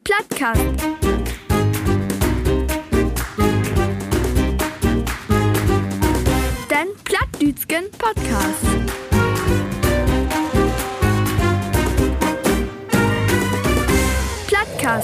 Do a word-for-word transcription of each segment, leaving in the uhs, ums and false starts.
Plattcast. Den Plattdütschen Podcast. Plattcast.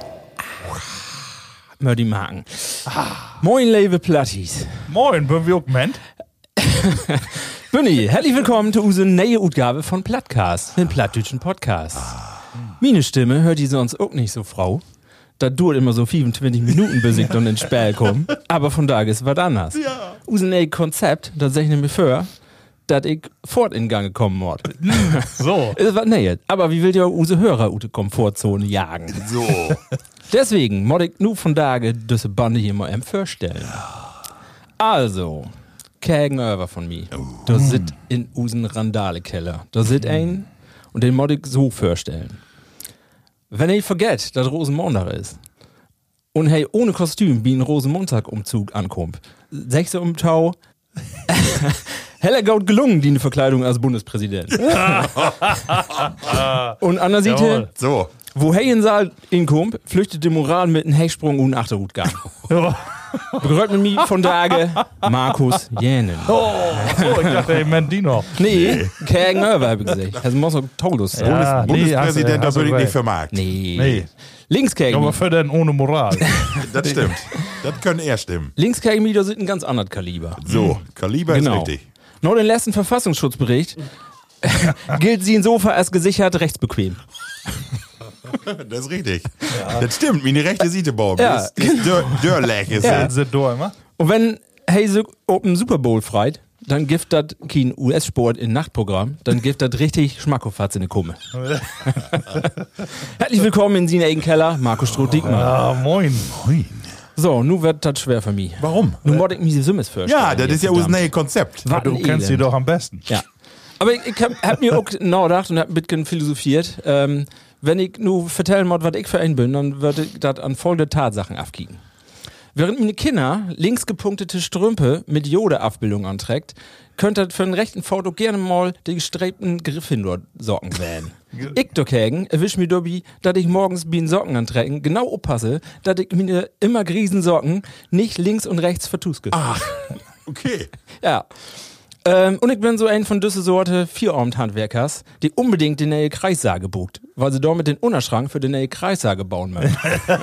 Mördi Magen. Moin, liebe Plattis. Moin, bin wir auch gemeint? Bunny, herzlich willkommen zu unserer neuen Ausgabe von Plattcast, dem Plattdütschen Podcast. Meine Stimme hört ihr sonst auch nicht so, Frau. Das dauert immer so fünfundzwanzig Minuten, bis ich dann ins Spiel komme. Aber von da ist was anders. Ja. Unser neues Konzept, das sage ich nämlich für, dass ich fort in Gang kommen muss. So. Ist was Neues. Aber wie will ihr unsere Hörer aus der Komfortzone jagen? So. Deswegen muss ich nur von da diese Bande hier mal vorstellen. Also, gegenüber von mir. Da sitzt in unseren Randale-Keller. Da sitzt ein und den muss ich so vorstellen. Wenn ich vergesst, dass Rosenmontag ist und hey ohne Kostüm wie ein Rosenmontag-Umzug ankommt, sechst du um Tau, heller Gaut gelungen, die eine Verkleidung als Bundespräsident. Und an der Seite, So. wo hey in Saal inkommt, flüchtet die Moral mit einem Hecksprung und einem Achterhutgang. Begrüßt mit mir von Tage Markus Jänen. Oh, so, ich dachte, ich meint die noch. Nee, gegenüber, habe ich gesagt. Das muss doch Tollus sein. Ja, nee, Bundespräsident, hast das du- würde ich hast nicht du vermarkt. Nee. Nee. Links gegen Aber mir. für den ohne Moral. Das stimmt. Das können eher stimmen. Links gegen mir, da sind ein ganz anderes Kaliber. So, Kaliber Genau. ist richtig. Nach dem letzten Verfassungsschutzbericht gilt sie insofern als gesichert rechtsbequem. Das ist richtig. Das stimmt, meine rechte Seite, Bob. Ja. Ist, ist Dör, Dörlech ist Ja. das. Sind da immer? Und wenn hey so Open Super Bowl freit, dann gibt das kein U S-Sport in Nachtprogramm, dann gibt das richtig Schmackofatz in die Kumme. Herzlich willkommen in seinen eigenen Keller, Markus Stroh-Diekmann. Ah, moin. Moin. So, nun wird das schwer für mich. Warum? Nun wollte ich mich die Summes vorstellen. Ja, das ist ja unser neues Konzept. Was Du ein kennst sie Elend. doch am besten. Ja. Aber ich, ich hab, hab mir auch nachgedacht und hab ein bisschen philosophiert. Ähm, wenn ich nur vertellen muss, was ich für einen bin, dann würde ich das an folgende Tatsachen aufkicken. Während meine Kinder links gepunktete Strümpfe mit Jode-Abbildung anträgt, könnte das für einen rechten Foto gerne mal die gestrebten Gryffindor-Socken wählen. Ich dagegen erwisch mir dabei, dass ich morgens bei den Socken anträgen genau aufpasse, dass ich meine immer griesen Socken nicht links und rechts vertuske. Ach, okay. Ja. Ähm, und ich bin so ein von dieser Sorte Vierarmt-Handwerkers, die unbedingt die neue Kreissage bucht, weil sie damit den Unterschrank für die neue Kreissage bauen möchten.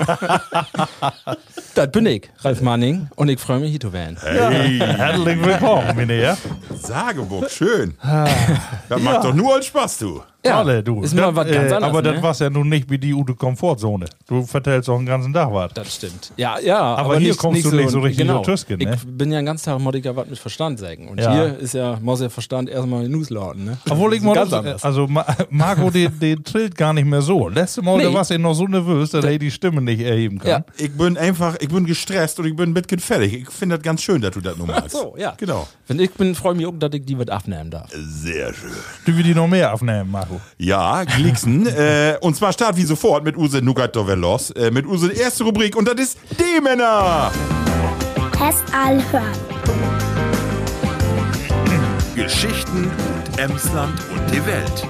Das bin ich, Ralf Manning, und ich freue mich, hier zu werden. Hey, Herzlich willkommen, meine Herren. Sageburg, schön. Das macht doch nur als Spaß, du. Ja, Alle, du. ist mal was ganz äh, anderes, Aber ne? das war ja nun nicht wie die gute Komfortzone. Du vertellst auch den ganzen Tag was. Das stimmt. Ja, ja. Aber, hier nicht, kommst nicht du nicht so richtig genau. so Tüsken, ne? Ich bin ja den ganzen Tag, muss ich ja was mit Verstand sagen. Und Ja. hier ist ja, muss der Verstand erstmal News lauten, ne? Obwohl ich Das ist mal, ganz das, anders. also Ma- Marco, der der trillt gar nicht mehr so. Letzte Mal, Nee. da warst du noch so nervös, dass er die Stimme nicht erheben kann. Ja. Ich bin einfach, ich bin gestresst und ich bin ein bisschen fertig. Ich finde das ganz schön, dass du das nun machst. So, ja. Genau. Wenn ich bin, freue mich auch, dass ich die was abnehmen darf. Sehr schön. Du willst die noch mehr aufnehmen, Marco. Ja, Glicksen. äh, und zwar starten wir sofort mit Use Nougat Velos, äh, mit Use erste Rubrik und das ist die Männer. Test all hören. Geschichten und Emsland und die Welt.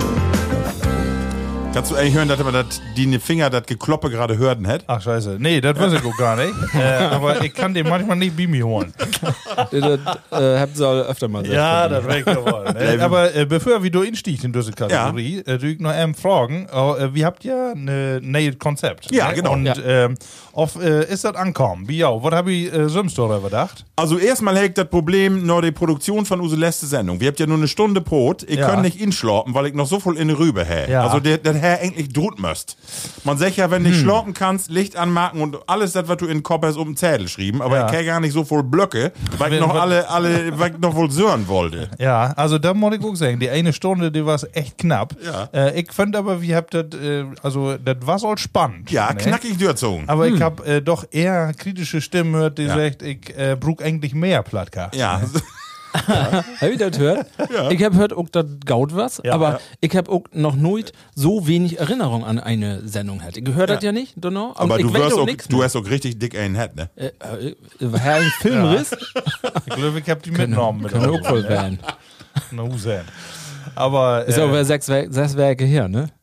Kannst du eigentlich hören, dass man das, die Finger das Gekloppe gerade hörten hat? Ach, scheiße. Nee, das weiß ich auch gar nicht. äh, aber ich kann den manchmal nicht bei mir holen. das äh, habt ihr öfter mal gesagt. Ja, das wäre ich gewollt. Ne? Aber äh, bevor wir da einstiegen in diese Kategorie, äh, würde ich noch einmal fragen, äh, wir habt ja ein neues Konzept. Ja, ne? genau. Und Ja. ähm, auf, äh, ist das ankommen? Wie auch? Was habe ich äh, sonst darüber gedacht? Also erstmal hängt das Problem noch die Produktion von unsere letzte Sendung. Wir habt ja nur eine Stunde Brot. Ich Ja. kann nicht inschlorpen, weil ich noch so voll in die Rübe hä. Ja. Also der, der Herr eigentlich droht müsst. Man sagt ja, wenn du Hm. nicht schlorpen kannst, Licht anmachen und alles das, was du in den Kopf hast, um den Zettel schrieben. Aber Ja. ich kann gar nicht so voll Blöcke, weil ich noch Was- alle, alle, weil ich noch wohl sören wollte. Ja, also da muss ich auch sagen, die eine Stunde, die war echt knapp. Ja. Äh, ich fand aber, wie habt das, äh, also das war so spannend. Ja, ne? knackig durchzogen. Aber ich habe äh, doch eher kritische Stimmen gehört, die Ja. sagt, ich äh, brauch eigentlich mehr Plattcast. Ja, Hab ich das gehört? Ich hab gehört, auch das gaut was, Ja. aber Ja. ich hab auch noch nooit so wenig Erinnerung an eine Sendung hatte. Ich gehört das ja nicht, don't know. Und aber ich du, weiß wirst auch, nix du mehr. hast auch richtig dick einen Head, ne? Äh, äh, Herr ein Filmriss? Ich glaube, ich habe die mitgenommen. Mit Können wir auch euch, voll ne? werden. Na, Hussein. Aber Ist äh, aber sechs, Wer- sechs Werke her, ne?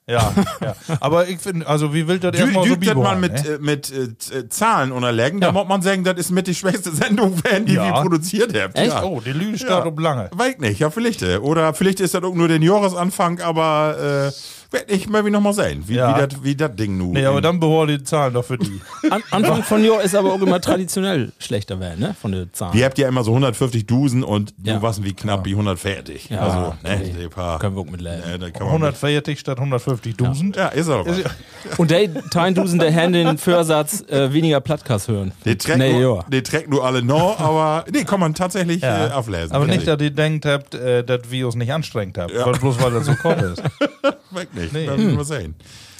Ja, ja. Aber ich finde, also wie will das Du, erstmal du so das mal beibehalten, mit, ne? äh, mit äh, Zahlen unterlegen, da muss man sagen, das ist mit die schwächste Sendung, wenn die Ja. wir produziert habt. Echt? Ja. Oh, die Lüge steht um lange. Weiß nicht, ja, vielleicht. äh, Oder vielleicht ist das auch nur den Jahresanfang, aber äh, werd ich mal wie noch mal sehen, wie, Ja. wie das wie das Ding nun. Nee, aber dann behol die Zahlen doch für die. An, Anfang von Jahr ist aber auch immer traditionell schlechter werden, ne? Von der Zahl. Wir habt ja immer so hundertfünfzig Dusen und Ja. du warst wie knapp wie hundertfertig. Ja, also, okay. ne, die paar. Können wir auch mit leben. Ne, da kann man hundertvierzig statt hundertfünfzigtausend. Ja, ist er doch. was. Und der Teindusen der Hände den Vorsatz äh, weniger Plattkast hören. Die trägt Nee, nur, ja. die trägt nur alle noch, aber nee, kann man tatsächlich Ja. äh, auflesen. Aber nicht, Wirklich. dass ihr denkt habt, äh, dass wir uns nicht anstrengt haben. Ja. Weil bloß weil das so kort ist. Weg nicht. Nee. Werden wir sehen.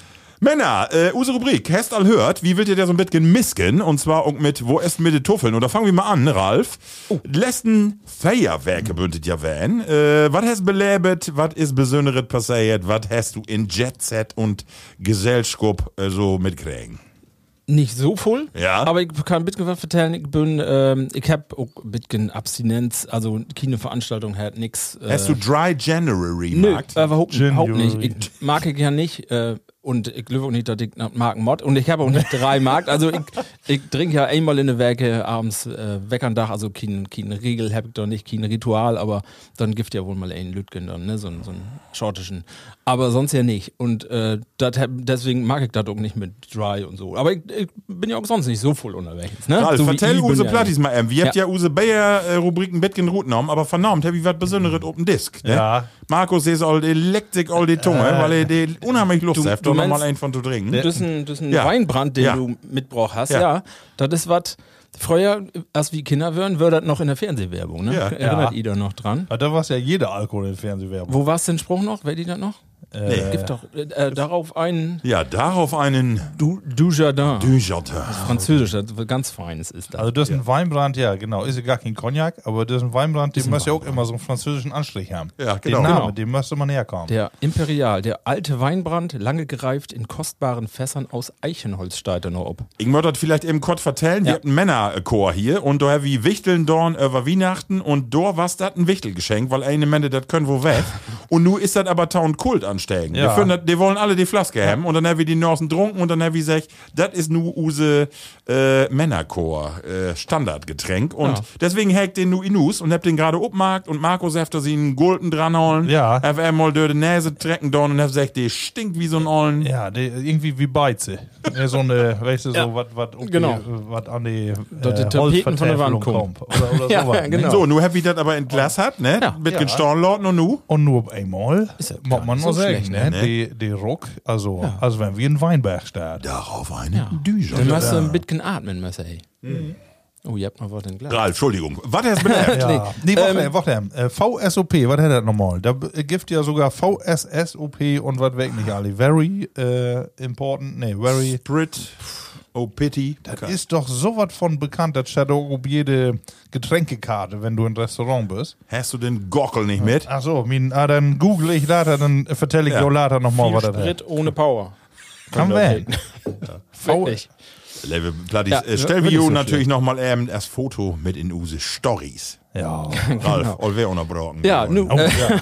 Männer, äh, unsere Rubrik, hast all hört, wie wird ihr da so ein bisschen misken? Und zwar auch mit, wo ist mit den Tuffeln? Und da fangen wir mal an, Ralf. Oh. Letzten Feierwerke bündet ja werden. Äh, was hast belebt? Was ist Besonderes passiert? Was hast du in Jet Set und Gesellschaft äh, so mitkriegen? Nicht so voll, Ja. aber ich kann ein bisschen was erzählen. Ich bin, ähm, ich hab auch ein bisschen Abstinenz, also keine Veranstaltung hat nix. Äh, Hast du Dry January Nö, gemacht? äh, überhaupt, überhaupt nicht. January. Ich mag ich ja nicht. Äh, und ich glaube auch nicht, dass ich nach Markenmod. Und ich habe auch nicht drei Markt. Also ich, ich trinke ja einmal in der Werke abends äh, weg an Dach. Also kein, kein Regel habe ich doch nicht, kein Ritual. Aber dann gibt ja wohl mal einen Lütgen dann, ne? So, einen- so einen schottischen. Aber sonst ja nicht. Und äh, dat, hab- deswegen mag ich das auch nicht mit Dry und so. Aber ich, ich bin ja auch sonst nicht so voll unterwegs. Ne? Ralf, so wie vertell ich bin Use ja Plattis nicht. mal, ähm, wir habt ja Ja. Use Bayer äh, Rubriken Bettgen Routen genommen, aber vernommen, hab ich was Besonderes auf dem Disk. Ne? Ja. Markus ist all die leckt sich all die Zunge, weil er die unheimlich Lust Du- hat, du da noch meinst- mal einen von zu trinken. Das ist ein, das ist ein Ja. Weinbrand, den Ja. du mitgebracht hast. Ja. Ja, das ist was. Früher, als wir Kinder waren, war das noch in der Fernsehwerbung. Ne? Ja. Erinnert Ja. ihr da noch dran? Aber da war ja jeder Alkohol in der Fernsehwerbung. Wo war es den Spruch noch? Wer die das noch? Nee. Gibt doch äh, äh, darauf einen Ja, darauf einen Du, du Jardin. Dujardin. Französisch, das was ganz Feines ist das. Also das ist ein Weinbrand, ja genau, ist ja gar kein Cognac, aber das ist ein Weinbrand, den muss ja auch immer so einen französischen Anstrich haben. Ja, genau. Den Namen, Genau. dem müsste man herkommen. Der Imperial, der alte Weinbrand, lange gereift in kostbaren Fässern aus Eichenholz steigt er noch ob. Ich möchte das vielleicht eben kurz vertellen. Wir Ja. hatten einen Männerchor hier und da wie Wichteln dorn über Weihnachten und da war das ein Wichtelgeschenk, weil eine Männer das können wo weg. Und nu ist das aber Town Kult ansteigen. Ja. Wir finden das, die wollen alle die Flaske haben und dann haben wir die Norsen trunken und dann haben wir gesagt, das ist nu use äh, Männerchor äh, Standardgetränk und Ja. deswegen hackt den nu inus und hab den gerade obmarkt und Markus hat da sie einen Gulden dranhauen. Ja. Hab einmal durch die Nase trecken dorn und hab gesagt, die stinkt wie so ein Ollen. Ja, die, irgendwie wie Beize. Ja, so eine, weißt du, so Ja. was was um Genau. die- was an die, Dass die äh, Tapeten von der Wand Holzvertäfelung kommen. kommt. Oder, oder Ja, sowas. genau. So, nu hab ich das aber in Glas hat, ne? Ja. Mit Ja. den Stornlorten und nu. Und nur einmal, Ist ja muss gar man nicht noch so sagen, schlecht, ne? ne? Die, die Ruck, also, als wenn wir in Weinberg stehen. Darauf einen Ja. Düser. Dann musst du ein bisschen atmen müssen, ey. Oh, ihr habt noch was im Glas. Ralf, Entschuldigung. Was hast du bemerkt? Ja. Nee, warte, warte. Äh, V S O P, was hat das nochmal? Da b- gibt ja sogar V S S O P und was weg nicht alle. Very äh, important, nee, very. Sprit, oh pity. Das ist doch sowas von bekannt, das steht auch auf jede Getränkekarte, wenn du im Restaurant bist. Hast du den Gockel nicht mit? Ach so, mein, ah, dann google ich later, dann erzähle ich Ja. dir later nochmal, Viel was das ist. Sprit ohne Power. Kann werden. Wirklich. Level Plattis, Ja, äh, stell wirklich wir so natürlich nochmal ähm, das Foto mit in use Stories. Ja. Ralf, all wer unterbrochen. Ja, nu, Oh, äh, ja.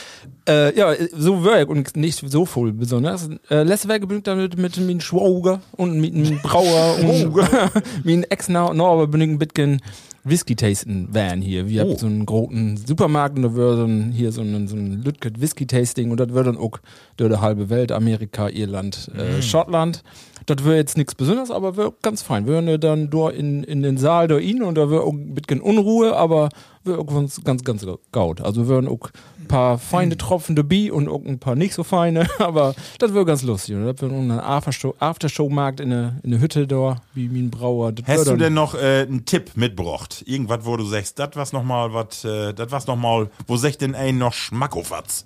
äh, ja, so Werk und nicht so voll besonders. Äh, letzte Werk bin ich damit mit meinem Schwager und mit dem Brauer und meinem Ex-Norbert bin ich ein bisschen Whisky-Tasten Van hier. Wir Oh. haben so einen großen Supermarkt und da wird so ein, hier so ein, so ein Lütget Whisky-Tasting und das wird dann auch durch die halbe Welt, Amerika, Irland, äh, Schottland. Das wäre jetzt nichts Besonderes, aber wäre ganz fein. Wir würden dann dort in, in den Saal da rein und da wäre auch ein bisschen Unruhe, aber wäre auch ganz, ganz, ganz gaut. Also wir würden auch ein paar feine Tropfen dabei und auch ein paar nicht so feine, aber das wäre ganz lustig. Und das wäre ein Aftershow- Aftershow-Markt in der in der Hütte da, wie mein Brauer. Das wär Hast du dann- denn noch äh, einen Tipp mitgebracht? Irgendwas, wo du sagst, das was nochmal, was, äh, das was nochmal, wo sagt denn ein noch Schmackofatz?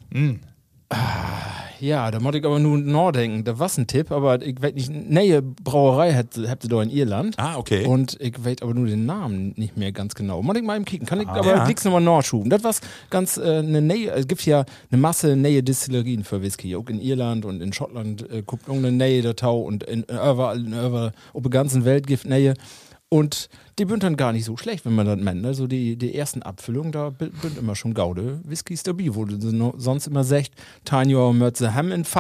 Ja, da muss ich aber nur nachdenken. Da war ein Tipp, aber ich weiß nicht, neue Brauerei hätte habt ihr da in Irland. Ah, okay. Und ich weiß aber nur den Namen nicht mehr ganz genau. Muss ich mal eben kicken. Kann ich aber ja. nichts nochmal nachschuben. Das war ganz äh, eine neue, es gibt ja eine Masse neue Destillerien für Whisky. Auch in Irland und in Schottland äh, guckt irgendeine neue der Tau und in, in, überall, in, überall, auf der ganzen Welt gibt neue. Und die bünd dann gar nicht so schlecht, wenn man das meint. Also die, die ersten Abfüllungen, da bünd immer schon Gaude Whiskys dabei, wo du so no- sonst immer sagt, Tanja Mörze Ham in Fat,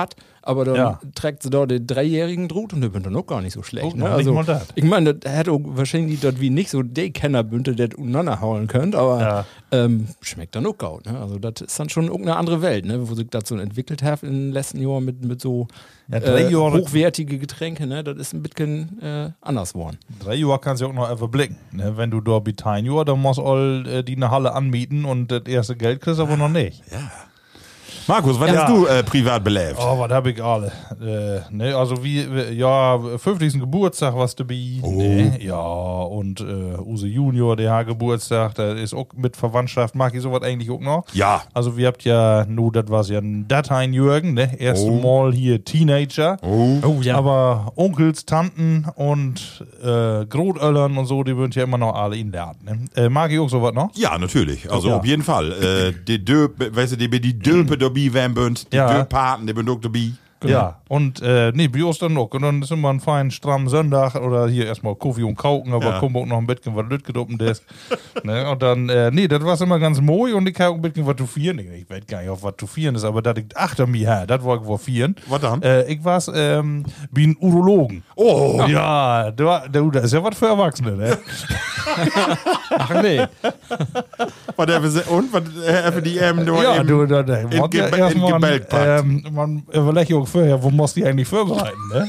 aber dann Ja. trägt sie da den dreijährigen Drut und der bin dann auch gar nicht so schlecht. Guck Ne? mal, nicht Also, mal das. ich meine, das hätte auch wahrscheinlich dort wie nicht so die Kennerbünte, der untereinander hauen könnt, aber Ja. ähm, schmeckt dann auch gut. Ne? Also das ist dann schon irgendeine andere Welt, ne? Wo sich das so entwickelt hat in den letzten Jahren mit, mit so Ja, drei äh, Jahre- hochwertige Getränke, ne? Das ist ein bisschen äh, anders geworden. Drei Jahre kannst du auch noch einfach blicken. Ne? Wenn du da bei ein Jahr, dann musst du all äh, die eine Halle anmieten und das erste Geld kriegst du aber noch nicht. Markus, was Ja. hast du äh, privat belebt? Oh, was hab ich alle? Äh, ne, also wie, wie- ja, fünfzigsten Geburtstag was dabei. Oh. Ne? Ja, und äh, Use Junior, der hat Geburtstag, der ist auch mit Verwandtschaft, mag ich sowas eigentlich auch noch. Ja. Also wir habt ja, nu, das war's ja ein Datein Jürgen, ne? Erste Oh. Mal hier Teenager. Oh. Oh ja. Aber Onkels, Tanten und äh, Großeltern und so, die würden ja immer noch alle in der Art. Ne? Äh, mag ich auch sowas noch? Ja, natürlich. Also Ja. auf jeden Fall. Äh, die Döp, weißt du, die, die Döpe dabei werden bünd, die Ja. Döpaten, die bünd auch dabei. Ja, und äh, nee, bei uns dann noch. Und dann ist immer ein feinen, strammen Sonntag oder hier erstmal Kaffee und Kauken, aber Ja. kommen auch noch ein bisschen was Lütget auf den Desk. ne? Und dann, äh, nee, das war immer ganz moi und ich habe auch ein bisschen was zu vieren. Ich, ich weiß gar nicht, auf was zu vieren ist, aber das ich achter mir her, das war ich vor vieren. Was dann? Äh, ich war ähm, wie ein Urologen. Oh. Ja, da, da, das ist ja was für Erwachsene, ne? Ach nee. Was der, und was äh, für die ähm, nur Ja, eben du, da, da, in, man ja Ge erst in mal, Gebälk packt. ähm, man überlegt auch vorher, wo musst du die eigentlich vorbereiten, ne?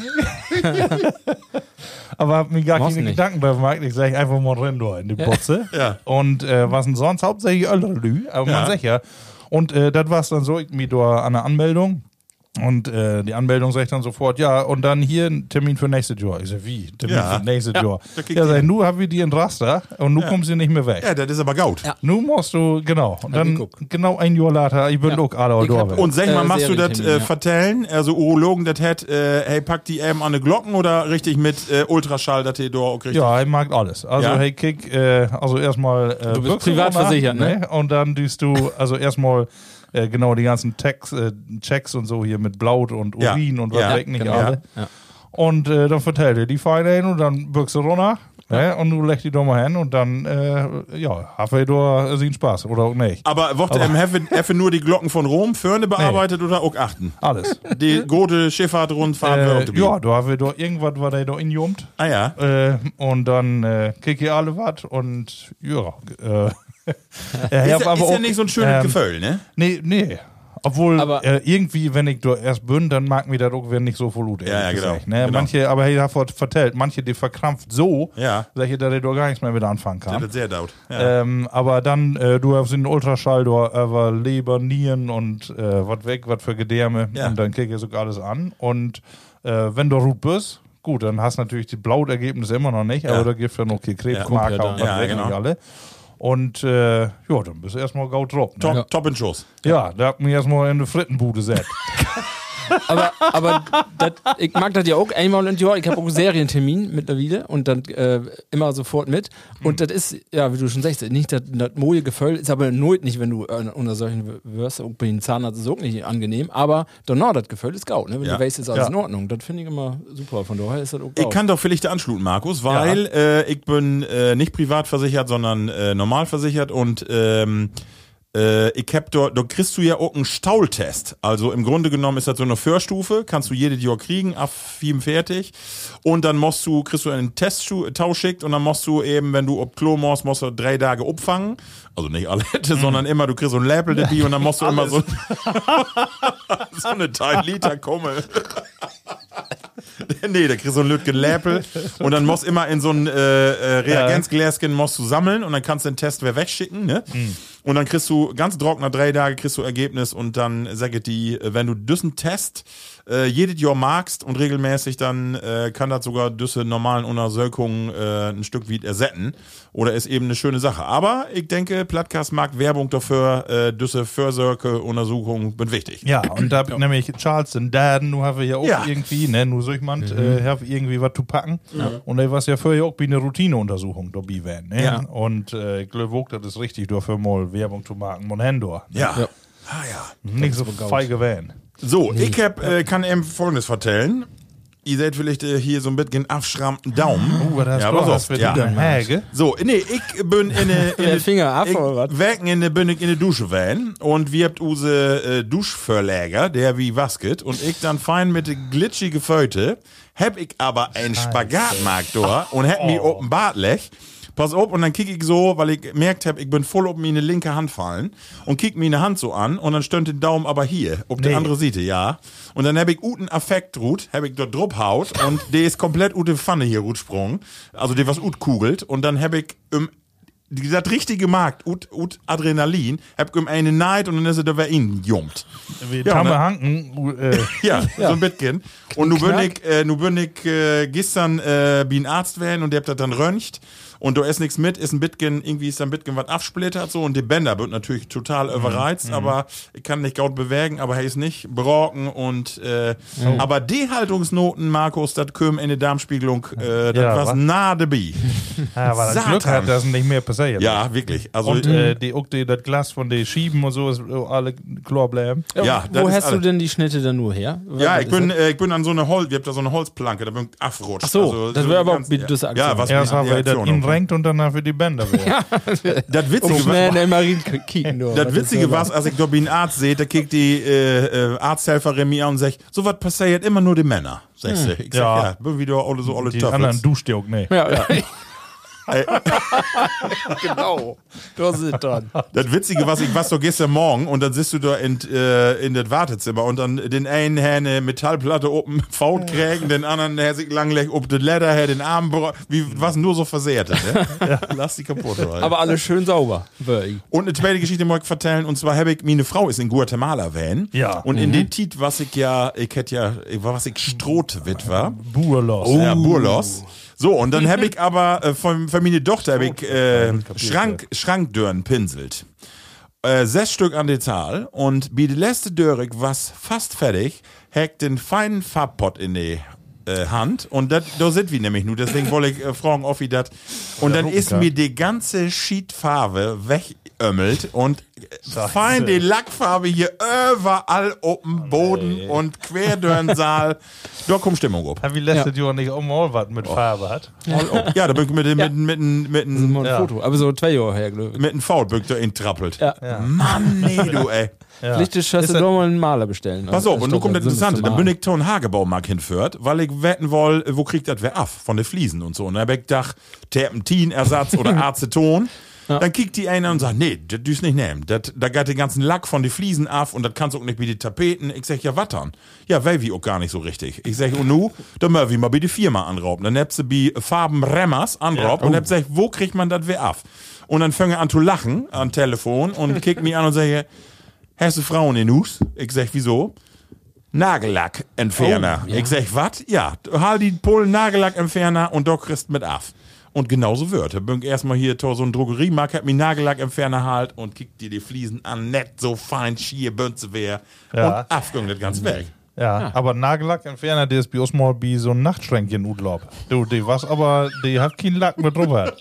Aber hab mir gar Musst keine nicht. Gedanken darüber gemacht. Ich sag einfach mal rein da in die Butze. Ja. Und äh, was denn sonst? Hauptsächlich ältere Lü, aber Ja. man sagt ja. Und äh, das war's dann so, ich mir da an der Anmeldung. Und äh, die Anmeldung sagt dann sofort, ja, und dann hier ein Termin für nächstes Jahr. Ich sag, wie? Termin Ja. für nächstes Jahr. da kriegt Ja, ihr- sag, nu hab ich die in Raster und nu kommst du nicht mehr weg. Ja, das ist aber gaut. Ja. Nu musst du, genau. Und Ja, dann guck. genau ein Jahr later, ich bin Ja. auch alle Ich da. hab- weg. Und sag mal, Äh, machst du das äh, Serientermin, ja. vertellen? Also Urologen, das hat, äh, hey, packt die eben an die Glocken oder richtig mit äh, Ultraschall, das hier da auch richtig? Ja, er mag alles. Also, Ja? hey, Kick, äh, also erstmal. Äh, Du bist Büchse privat runter, versichert, ne? Und dann düst du, also erstmal. Äh, genau, die ganzen Text, äh, Checks und so hier mit Blut und Ja. Urin und was Ja, weg, nicht genau. alle. Ja. Und äh, dann vertellt er die Feine hin und dann bückst du runter. Ne? Und du legst die da mal hin und dann, äh, ja, hast du da seinen Spaß oder auch nicht. Aber wird ähm, Heffe nur die Glocken von Rom Förne bearbeitet oder auch achten? Alles. Die gute Schifffahrt-Rundfahrt wir auch äh, dabei? ja, da haben wir da irgendwas, was er da injummt. Ah ja. Äh, und dann äh, krieg ich alle was und ja. Äh, äh, Ist, hab ja, aber ist ja auch, nicht so ein schönes ähm, Gefühl, ne? Nee, nee. Obwohl, Aber- äh, irgendwie, wenn ich da erst bin, dann mag mir das auch wenn nicht so voll gut. Ja, ja, ehrlich genau. gesagt, Ne? Genau. Manche, aber hey, davor vertellt, manche, die verkrampft so, Ja. dass ich da da gar nichts mehr mit anfangen Das kann. ist sehr daut. Ja. Ähm, aber dann, äh, du hast einen Ultraschall, du hast aber Leber, Nieren und äh, was weg, was für Gedärme. Ja. Und dann krieg ich sogar alles an. Und äh, wenn du gut bist, gut, dann hast du natürlich die Blautergebnisse immer noch nicht, Ja. aber da gibt es ja noch die Krebsmarker Ja, und was ja, weg genau. nicht alle. Und äh, ja, dann bist du erstmal gaut drauf. Ne? Top, Ja. top in Schuss. Ja, da hat mir erstmal in eine Frittenbude gesetzt. Aber, aber dat, ich mag das ja auch einmal im Jahr. Ich habe auch einen Serientermin mittlerweile und dann äh, immer sofort mit. Und das ist, ja, wie du schon sagst, nicht das, das moje Gefühl, ist aber not nicht, wenn du äh, unter solchen wirst. Auch bei den Zahnarzt ist es auch nicht angenehm. Aber danach, das Gefühl ist gaut, ne? Wenn Ja. du weißt, ist alles Ja. in Ordnung. Das finde ich immer super. Von daher ist das auch Ich gaut. kann doch vielleicht anschluten, Markus, weil äh, ich bin äh, nicht privat versichert, sondern äh, normal versichert und ähm, äh, ich hab dort, da kriegst du ja auch einen Staultest. Also im Grunde genommen ist das so eine Vorstufe, kannst du jede Jahr kriegen, ab fertig. Und dann musst du, kriegst du einen Testtausch schickt und dann musst du eben, wenn du ob Klo musst, musst du drei Tage abfangen. Also nicht alle, sondern immer, du kriegst so ein Label dabei und dann musst du immer so, so eine Teil Liter Kummel. Nee, da kriegst du so ein Lütgen Läppel und dann musst immer in so ein äh, äh, Reagenzgläschen musst du sammeln und dann kannst du den Test wer wegschicken, ne? Und dann kriegst du ganz trocken nach drei Tagen kriegst du Ergebnis und dann sag ich die, äh, wenn du diesen Test äh, jedes Jahr magst und regelmäßig, dann äh, kann das sogar diese normalen Untersuchungen äh, ein Stück weit ersetzen oder ist eben eine schöne Sache. Aber ich denke, Plattcast mag Werbung dafür, äh, diese Vorsorge-Untersuchungen sind wichtig. Ja, und da hab ich nämlich Charleston Daden, nu haben wir ja auch Ja. irgendwie, ne, nu soll ich man, äh, hab irgendwie was zu packen. Und da war ja vorher auch wie eine Routineuntersuchung dabei werden, ne? Ja. Und äh, ich glaube auch, das ist richtig, dafür mal Werbung zu machen, mon Hendor. Ne? Ja. Ja. Ah ja. Nicht so feige werden. So, ich hab, äh, kann eben Folgendes vertellen. ihr seht vielleicht äh, hier so ein bisschen aufschrammten Daumen. Oh, was hast ja, du? pass Was auf, wird ja. du denn, Häge? So, nee, ich bin in eine, in Der eine Finger ab, ich, oder was? Werken in der, bin ich in der Dusche wein und wir habt unsere äh, Duschverleger, der wie wasket und ich dann fein mit der glitschige Föte, hab ich aber ein Spagatmarkt da und hab mich auf den Bart lech. Pass auf, und dann kick ich so, weil ich gemerkt hab, ich bin voll auf meine linke Hand fallen und kick meine Hand so an und dann stönt den Daumen aber hier, auf Nee. der andere Seite, ja. Und dann hab ich uten Affekt rut, hab ich dort drup haut und der ist komplett ute Pfanne hier rut sprung. Also der was ut kugelt und dann hab ich im dieser richtige Markt, ut, ut Adrenalin, hab ich eine Neid und dann ist er da wer ihn jumpt. Wie Ja, Tamme ne? Hanken. Äh, Ja, so ein bisschen. Und nu bin ich, äh, nu bin ich äh, gestern äh, wie ein Arzt werden und der hat das dann röntgt. Und da ist nichts mit, ist ein bisschen, irgendwie ist da ein bisschen was absplittert so und die Bänder wird natürlich total überreizt, aber ich kann nicht gut bewegen, aber er ist nicht brocken und äh, aber Dehaltungsnoten, Markus, das kommen in der Darmspiegelung, äh, das Ja, war's wa? nah dabei. ja, weil das Glück Satan. hat, dass nicht mehr passiert. Ja, wirklich. Also Und äh, die, auch die, das Glas von den Schieben und so ist äh, alle klar bleiben. Ja, das Wo ist hast du alles. denn die Schnitte dann nur her? ja, Was ich ist bin, das? äh, ich bin an so eine Holz, wir habt da so eine Holzplanke, da bin ich abrutscht. Ach so, das wäre aber auch ganz- wie das Aktion. Ja, was Erst wie haben wir die das Aktion, ihn okay. renkt und danach für die Bänder wieder. Das Witzige Um schnell in war, den Marien kicken nur. das Was Witzige ist war, als ich da wie ein Arzt sehe, da kickt die äh, äh, Arzthelferin mir an und sagt, so was passiert immer nur die Männer, sagst du. Ich sag, Ja. ja, bin wieder alle so alle Die anderen Töffels. duscht ja auch nicht. Ja, ja. Ey, genau. Da sind dann. Das Witzige war, ich war so gestern Morgen und dann sitzt du da in, äh, in das Wartezimmer und dann den einen Herr eine Metallplatte oben Faut kriegen, den anderen Herr sich langleg ob den Leder, Herr den Arm, bra- wie, was nur so versehrt, ne? Lass die kaputt, Alter. Aber alles schön sauber. Wirklich. Und eine zweite Geschichte möchte ich vertellen, und zwar habe ich, meine Frau ist in Guatemala van. Ja. Und in den Tit, was ich ja, ich hätte ja, ich war, was ich Strohwit war. Burlos. Ja, Burlos. So, und dann habe ich aber äh, von, von meine Tochter habe ich äh, Schrank, Schrankdörren pinselt. Äh, sechs Stück an die Zahl. Und wie die letzte Dörrig was fast fertig, hackt den feinen Farbpott in die äh, Hand. Und dat, da sind wir nämlich nur. Deswegen wollte ich äh, fragen, ob ich das. Und dann ist mir die ganze Schiedfarbe wegömmelt und äh, fein die Lackfarbe hier überall auf dem Boden und quer durch den Saal. Da kommt Stimmung auf. Wie letztes Jahr nicht auch mal was mit Farbe hat. Ja, da bin ich mit dem, mit, dem- mit, dem- mit, dem- Mal ein Ja. Foto. Aber so zwei Jahre her, glaube ich. mit dem Faut bin ich da intrappelt. Ja. Mann, nee, du, ey. Ja. Vielleicht hast du doch mal einen Maler bestellen. Pass auf, und nun kommt das Statt Interessante. Sims Dann zu bin ich da einen Hagebaumarkt hinführt, weil ich wetten woll, wo kriegt das wer ab? Von den Fliesen und so. Und dann hab ich gedacht, Terpentinersatz oder Aceton. Dann kickt die einer und sagt, nee, das düst nicht nehmen. Das, da geht den ganzen Lack von den Fliesen ab und das kannst du auch nicht wie die Tapeten. Ich sag, ja, wat dann? Ja, weil wir auch gar nicht so richtig. Ich sag, und nu, da müssen wir mal bei die Firma anrauben. Dann habt sie bei Farben Remmers anraubt und hab gesagt, wo kriegt man das wer ab? Und dann fange ich an zu lachen am Telefon und kickt mich an und sage, hast du Frauen in Hus? Ich sag, wieso? Nagellackentferner. Oh, ja. Ich sag, was? Ja, hol die Polen Nagellackentferner und da kriegst mit ab. Und genauso wird. Da bin ich erstmal hier to so ein Drogeriemarkt, hab mir Nagellackentferner halt und kickt dir die Fliesen an, nett, so fein, schier, Bünze wär. Ja. Und abging das ganz weg. Ja, aber Nagellackentferner, der ist bei uns mal wie so ein Nachtschränkchen Urlaub. Du, die was aber, die hat keinen Lack mit drüber.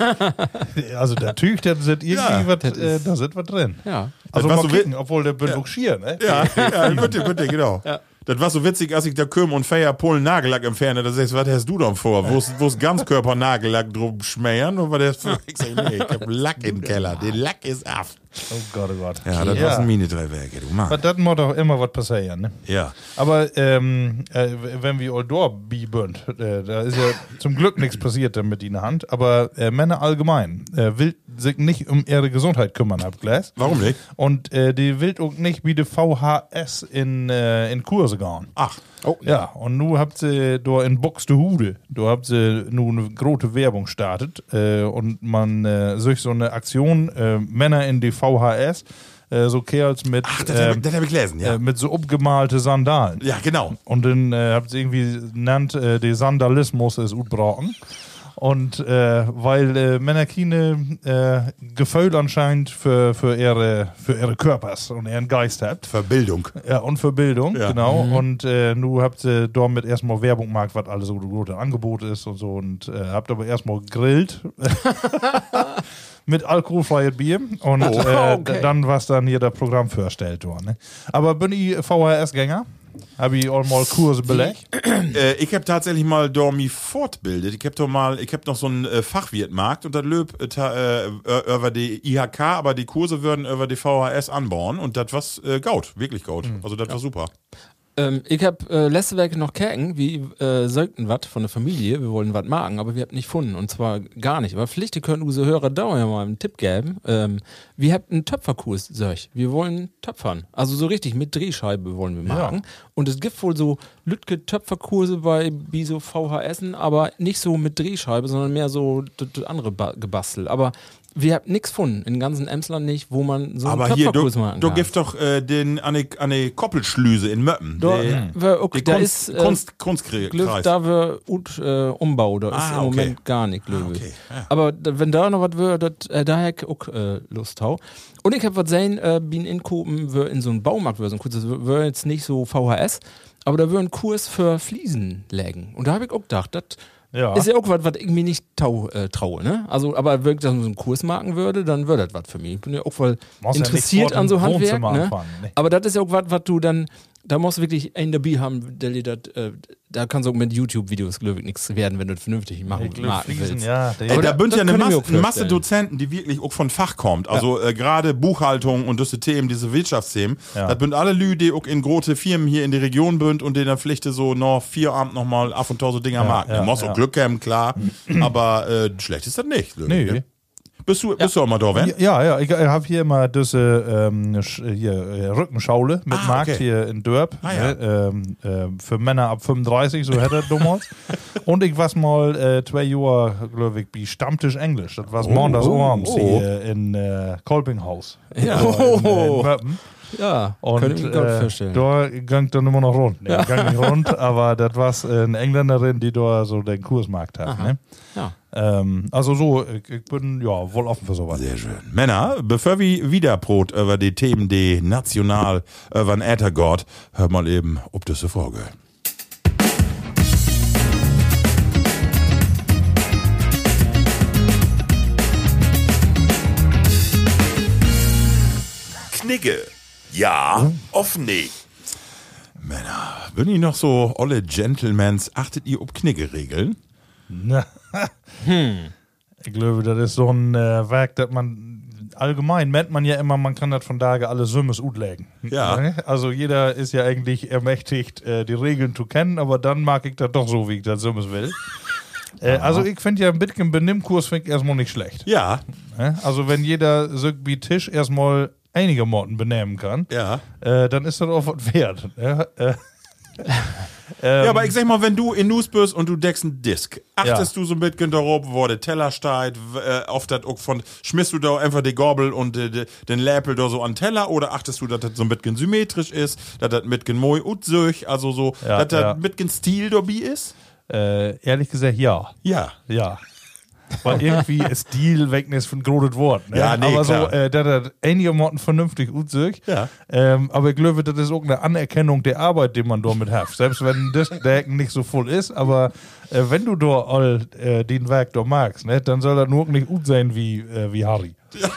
Also der Tüch, der sind irgendwie Ja, was, äh, da sind was drin. Ja. Also Das mal war so kicken, obwohl der bin auch schier, ne? Ja, ja, bitte, bitte, genau. Das war so witzig, als ich da kümm und feier Polen Nagellack entferne. Da sagst du, was hast du denn vor? Wo's, wo's Ganzkörper Nagellack drum schmähern? Und was das für? Ich sag, nee, ich hab Lack im Keller. Der Lack ist ab. Oh Gott, oh Gott. Ja, das Ja. waren meine drei Werke, du Mann. Aber das muss doch immer was passieren, ne? Ja. Aber ähm, äh, wenn wir all dort bünd, äh, da ist ja zum Glück nichts passiert mit in der Hand, aber äh, Männer allgemein äh, will sich nicht um ihre Gesundheit kümmern, hab Glas. Warum nicht? Und äh, die will auch nicht wie die V H S in, äh, in Kurse gehen. Ach. Oh. Ja, und nu habt sie da in Buxtehude, da habt sie nu eine große Werbung startet äh, und man äh, sich so eine Aktion, äh, Männer in die V H S, äh, so Kerls mit, Ach, das, ähm, hab, ich- das hab ich gelesen, ja. äh, mit so abgemalte Sandalen. Ja, genau. Und dann äh, habt ihr irgendwie genannt, äh, der Sandalismus ist utbraten. Und äh, weil äh, Männer keine äh, Gefühl anscheinend für, für, ihre, für ihre Körpers und ihren Geist habt. Verbildung. Ja, und für Bildung, Ja. genau. Und äh, nu habt ihr damit erstmal Werbung gemacht, was alles so gute Angebot ist und so. Und äh, habt aber erstmal gegrillt. Mit alkoholfreies Bier und Oh, äh, okay. dann was dann hier das Programm vorstellt worden. Ne? Aber bin ich V H S-Gänger? Habe ich auch mal Kurse belegt? Äh, ich habe tatsächlich mal Dormi fortbildet. Ich habe doch mal, ich habe noch so einen äh, Fachwirtmarkt und das löb äh, ta- äh, äh, über die I H K, aber die Kurse würden über die V H S anbauen und das was äh, gaut, wirklich gaut. Mhm. Also das war super. Ähm, ich hab äh, letzte Woche noch kerken, wie äh, sollten was von der Familie, wir wollen was machen, aber wir haben nicht gefunden und zwar gar nicht. Aber vielleicht können unsere Hörer da ja mal einen Tipp geben. Ähm, wir haben einen Töpferkurs, sag ich. Wir wollen töpfern. Also so richtig mit Drehscheibe wollen wir machen. Ja. Und es gibt wohl so Lütke Töpferkurse bei wie so V H S, aber nicht so mit Drehscheibe, sondern mehr so d- d- andere ba- gebastelt. Aber wir haben nichts gefunden, in ganzen Emsland nicht, wo man so Aber einen hier, du, Töpferkurs machen du kann. gibst doch äh, den an die, an die Koppelschlüse in Möppen. Da, Der- wir, okay, die da Kunst, ist äh, Kunst, Kunstkreis. Glück, da wir gut äh, Umbau, da ist Ah, im okay. Moment gar nicht, glaube ich. okay, ja. Aber da, wenn da noch was wird, äh, da hätte ich auch äh, Lust hau. Und ich hab was sehen, äh, bin in Kopen, wir in so einem Baumarkt, wir so ein Kurs, das wäre jetzt nicht so V H S, aber da wäre ein Kurs für Fliesen legen. Und da habe ich auch gedacht, das Ja. ist ja auch was, was ich mir nicht tau, äh, traue, ne? Also, aber wirklich, dass man so einen Kurs machen würde, dann würde das was für mich. Ich bin ja auch voll Machst ja interessiert nicht an so vor dem Handwerk, Wohnzimmer ne? anfangen, ne? Aber das ist ja auch was, was du dann, da musst du wirklich einen dabei haben, der dir das, äh, da kannst du auch mit YouTube-Videos, glaube ich, nichts werden, wenn du das vernünftig machen Ich glaub, machen Fliesen, willst. ja. Der Ey, da das- bünd das ja eine kann ich mir Masse, auch Masse vorstellen. Dozenten, die wirklich auch von Fach kommt. Also äh, gerade Buchhaltung und diese Themen, diese Wirtschaftsthemen. Ja. Das bünd alle Lü, die auch in große Firmen hier in die Region bünd und denen dann Pflichte so noch vier Abend noch mal ab und zu so Dinger machen. ja, du musst ja. auch Glück haben, klar. aber äh, schlecht ist das nicht. Glück, Nee. ne? Bist du, bist du auch mal da, wenn? Ja, ja, ich habe hier immer diese ähm, sch- hier, äh, Rückenschaule mit Ah, Markt okay. hier in Dörp. Ah, ja. ne, ähm, ähm, für Männer ab fünfunddreißig, so hätte er damals. Und ich war mal äh, zwei Jahre, glaube ich, bei Stammtisch Englisch. Das war montags abends oh. hier in äh, Kolpinghaus. Ja. Also in, äh, in Möppen. Ja, Und könnte ich mir gut äh, vorstellen. da ging dann immer noch rund. Nee, ging nicht rund, aber das war eine Engländerin, die da so den Kursmarkt hat. Ne? Ja. Ähm, also so, ich, ich bin ja wohl offen für sowas. Sehr schön. Männer, bevor wir wieder Brot über die Themen, die national über den Äthergott, hör mal eben, ob das so Frage. Knigge. Ja, auf nee. Männer, bin ich noch so olle Gentlemans, achtet ihr ob Knigge-Regeln? Na, Ich glaube, das ist so ein äh, Werk, das man allgemein meint man ja immer, man kann das von Tage alle Summes utlegen. Ja. Also jeder ist ja eigentlich ermächtigt, äh, die Regeln zu kennen, aber dann mag ich das doch so, wie ich das Summes will. äh, also ich finde ja ein bisschen Benimmkurs finde ich erstmal nicht schlecht. Ja, Ne? Also wenn jeder so wie Tisch erstmal einige Morten benehmen kann, ja. äh, dann ist das auch was wert. Ne? Äh, Ja, aber ich sag mal, wenn du in News bist und du deckst einen Disk, achtest Ja. du so ein bisschen darauf, wo der Teller steht, w- äh, auf das auch von, schmisst du da einfach die Gabel und äh, de- den Läpel da so an den Teller oder achtest du, dass das so ein bisschen symmetrisch ist, dass das mit gen moi utsöch, also so, Ja, dass das ja. mit gen Stil dabei ist? äh, ehrlich gesagt, ja. Ja. Ja. Weil irgendwie ist Stil weg ist von großes Wort. Ne? Ja, nee, aber klar. so, äh, dass das einige Morten vernünftig aussieht. Ja. Ähm, aber ich glaube, das ist auch eine Anerkennung der Arbeit, die man damit hat. Selbst wenn das Decken nicht so voll ist, aber äh, wenn du da all äh, den Werk da magst, ne, dann soll das nur nicht gut sein wie, äh, wie Harry.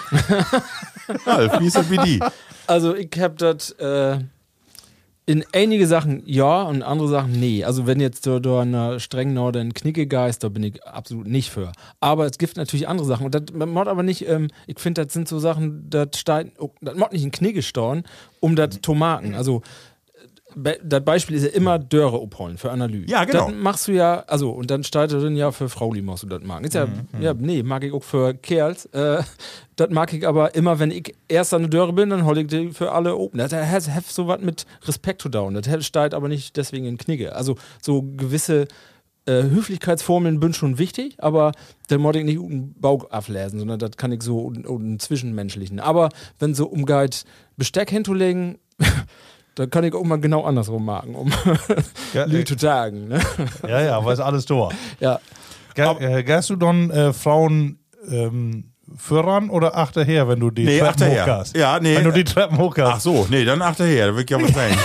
Ralf, wie ist das wie die? Also ich hab das äh, in einige Sachen ja und andere Sachen nee. Also wenn jetzt da, da eine streng Norden Knickegeist, da bin ich absolut nicht für. Aber es gibt natürlich andere Sachen und das macht aber nicht, ähm, ich finde, das sind so Sachen, das steigt, oh, das macht nicht ein Knigge storn, um das Tomaten. Also Be das Beispiel ist ja immer Döre abholen für Analyse. Ja, genau. Das machst du ja, also, und dann steht da drin, ja, für Frauli musst du das machen. Ist ja, ja, nee, mag ich auch für Kerls. Äh, das mag ich aber immer, wenn ich erst an der Döre bin, dann hol ich die für alle open. Das hat, hat so was mit Respekt zu down. Das steht aber nicht deswegen in Knigge. Also, so gewisse äh, Höflichkeitsformeln sind schon wichtig, aber dann muss ich nicht einen Bauch ablesen, sondern das kann ich so einen zwischenmenschlichen. Aber wenn so umgeht, Besteck hinzulegen, da kann ich auch mal genau andersrum machen, um Ja, Lü zu sagen. Ne? Ja, ja, aber ist alles da. Ja. Ge äh, Gehst du dann äh, Frauen ähm, voran oder achterher, wenn du die Nee, Treppen achterher. hochgehst? Ja, nee. Wenn du die Treppen hochgehst. Ach so, nee, dann achterher, da will ich ja was sagen.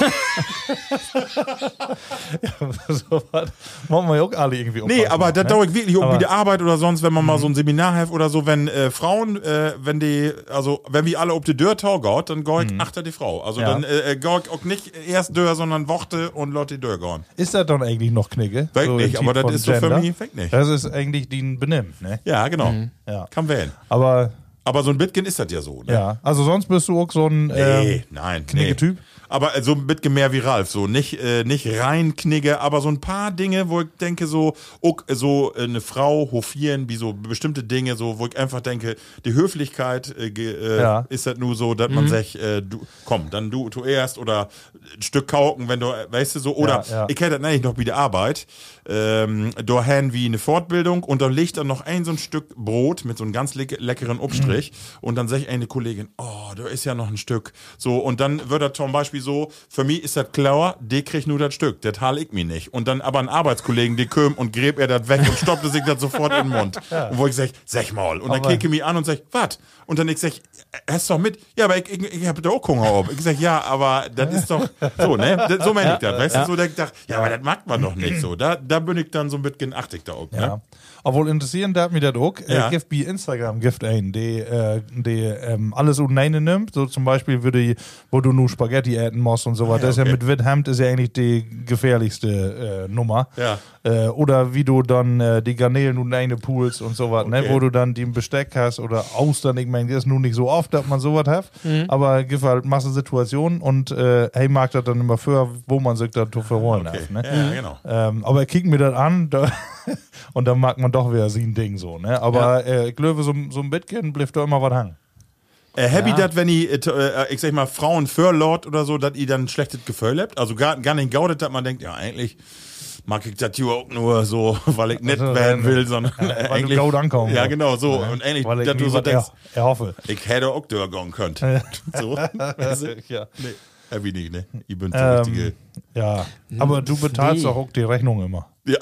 so was machen wir ja auch alle irgendwie Nee, aufpassen, aber da ne? dauert ich wirklich auch Aber- wie die Arbeit oder sonst, wenn man mal so ein Seminar hat oder so, wenn äh, Frauen, äh, wenn die, also wenn wir alle ob die Dörr tau geht, dann geht achter die Frau. Also Ja. dann äh, geht auch nicht erst Dörr, sondern Worte und Leute die Dörr gehen. Ist das dann eigentlich noch Knigge? Weg So nicht, im aber Typ das von ist so für Gender? mich weg nicht. Das ist eigentlich die ein benimmt, ne? Ja, genau. Ja. Kann wählen. Aber Aber so ein Bitgen ist das ja so, ne? ja, also sonst bist du auch so ein Nee, ähm, nein. Knigge-Typ? Aber äh, so ein bisschen mehr wie Ralf, so nicht, äh, nicht rein Knigge, aber so ein paar Dinge, wo ich denke, so, auch, so äh, eine Frau hofieren, wie so bestimmte Dinge, so, wo ich einfach denke, die Höflichkeit äh, ge- äh, Ja. ist das nur so, dass man sagt, äh, du, komm, dann du zuerst oder ein Stück kauken, wenn du, äh, weißt du, so, oder Ja, ja. ich hätte das nämlich noch wie die Arbeit, ähm, da haben wie eine Fortbildung und da liegt dann noch ein so ein Stück Brot mit so einem ganz leck leckeren Obstrich und dann sag ich eine Kollegin, oh, da ist ja noch ein Stück, so, und dann wird das zum Beispiel so, für mich ist das klar, der kriegt nur das Stück, das hal ich mir nicht. Und dann aber ein Arbeitskollegen, die köm und gräb er das weg und stoppte sich das sofort in den Mund. Und wo ich sag, sag mal. Und dann Aber- kicke mich an und sag, was? Und dann ich sag, hast doch mit? Ja, aber ich, ich, ich hab da auch Hunger auf. Ich sag, ja, aber das ist doch so, ne? Das, so meine ich das, weißt du? So, da ich dachte, ja, aber das mag man doch nicht so. Da, da bin ich dann so ein bisschen achtig da auch, ne? Ja. Obwohl interessieren darf mich das auch. Ja. Äh, gibt bei Instagram gibt ein, die, äh, die ähm, alles und Neine nimmt. So zum Beispiel, würde ich, wo du nur Spaghetti essen musst und so was. Ah, ja, das ist ja okay. mit Witthemd ist ja eigentlich die gefährlichste äh, Nummer. Ja. Äh, oder wie du dann äh, die Garnelen und Neine pools und so was, ne? Okay. Wo du dann die im Besteck hast oder Austern. Ich meine, das ist nun nicht so oft, dass man sowas hat. Aber gibt halt Masse Situationen und äh, hey, mag das dann immer für, wo man sich da zu verholen Okay. darf. Ne? Ja, genau. Ähm, aber kick mir das an da, und dann mag man doch wieder so ein Ding so, ne? Aber äh, ich glaube, so, so ein bisschen bleibt da immer was hängen. Äh, happy dat, wenn ich, äh, äh, ich sag mal, Frauen für Lord oder so, dass ihr dann ein schlechtes Gefühl habt? Also gar, gar nicht gaudet, dass man denkt, ja, eigentlich mag ich das hier auch nur so, weil ich nicht Also, werden äh, will, sondern weil du eigentlich. gaut ankommen Ja, willst. genau, so. Ja. Und eigentlich, Weil ich dass du nie so was denkst, er, erhoffe. ich hätte auch durchgehen könnt. So. Weißt du? Ja. Nee, happy nicht, ne? Ich bin der richtige. Ähm, ja, aber du bezahlst nee. doch auch die Rechnung immer. Ja.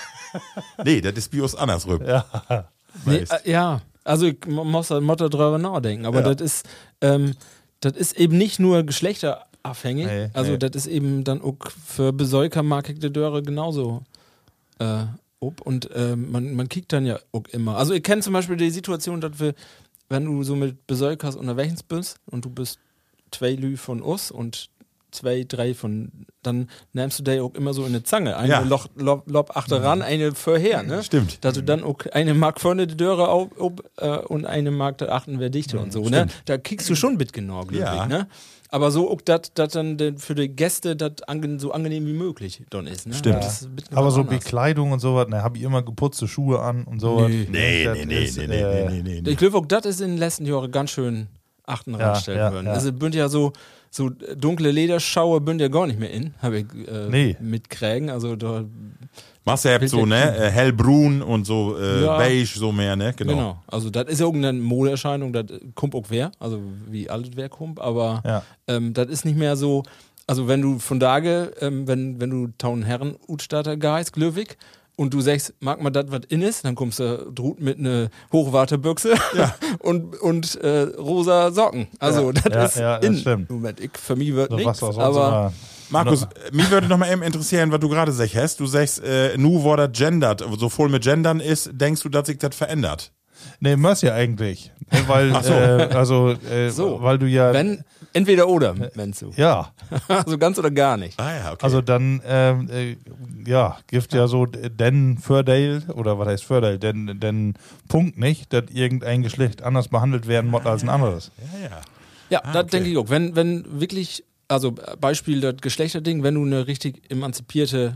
Nee, das ist Bios andersrum. Ja. Nee, Weißt. äh, ja, also ich mu- muss da Motto drüber nachdenken, aber Ja. das ist, ähm, das ist eben nicht nur geschlechterabhängig, Nee, also nee. das ist eben dann auch für Besäuker mag ich die Döre genauso äh, ob und ähm, man, man kickt dann ja auch immer. Also ich kenne zum Beispiel die Situation, dass wir, wenn du so mit Besäukers unterwegs bist und du bist zwei Lü von uns und zwei, drei von, dann nimmst du da auch immer so in eine Zange. Eine Ja. Loch, Lob, Lob achteran, eine vorher, ne? Stimmt. Dass du dann auch eine mag vorne die Döre auf, auf äh, und eine mag da achten, wer dichte und so, ne? Da kriegst du schon mit genau, glaub Ja. ich, ne? Aber so auch, dass dann den, für die Gäste das ange, so angenehm wie möglich dann ist, ne? Stimmt. Das ist ein bisschen Aber was so anderes. Bekleidung und sowas, ne, habe ich immer geputzte Schuhe an und sowas. Nee. Nee, Das nee, nee, ist, nee, nee, äh, nee, nee, nee. Ich glaube auch, das ist in den letzten Jahren ganz schön achten Ja, ranstellen ja, würden. ja. Also bünd ja so, so dunkle Lederschaue bünd ja gar nicht mehr in, habe ich äh, Nee. mitkriegen. Also da, Machst du ja so, ne? Äh, hellbrun und so äh, Ja. beige, so mehr, ne? Genau. genau. Also das ist ja irgendeine Modeerscheinung, das kommt auch wer, also wie alles wer kommt, aber Ja. ähm, das ist nicht mehr so, also wenn du von Dage, ähm, wenn, wenn du Taun Herren Utstatter geist, Glöwig, und du sagst, mag man das, was in ist, dann kommst du drut mit eine Hochwartebüchse und, und äh, rosa Socken. Also das Ja, ist ja, das in. stimmt. Moment, ich, für mich wird So was nichts, auch sonst aber immer. Markus, äh, mich würde noch mal eben interessieren, was du gerade sagst. hast. Du sagst, äh, nu wo das gendert, so voll mit Gendern ist, denkst du, dass sich das verändert? Nee, muss ja eigentlich. Ne, Weil, Ach so. äh, also, äh, So. weil du ja. wenn, entweder oder, meinst du. Ja, Also ganz oder gar nicht. Ah ja, okay. also dann, ähm, äh, ja, gibt ja so äh, den Vorteil, oder was heißt Vorteil, den, den Punkt nicht, dass irgendein Geschlecht anders behandelt werden muss als ein anderes. ja, ja. Ja, Ah, das okay. denke ich auch. Wenn, wenn wirklich, also Beispiel das Geschlechterding, wenn du eine richtig emanzipierte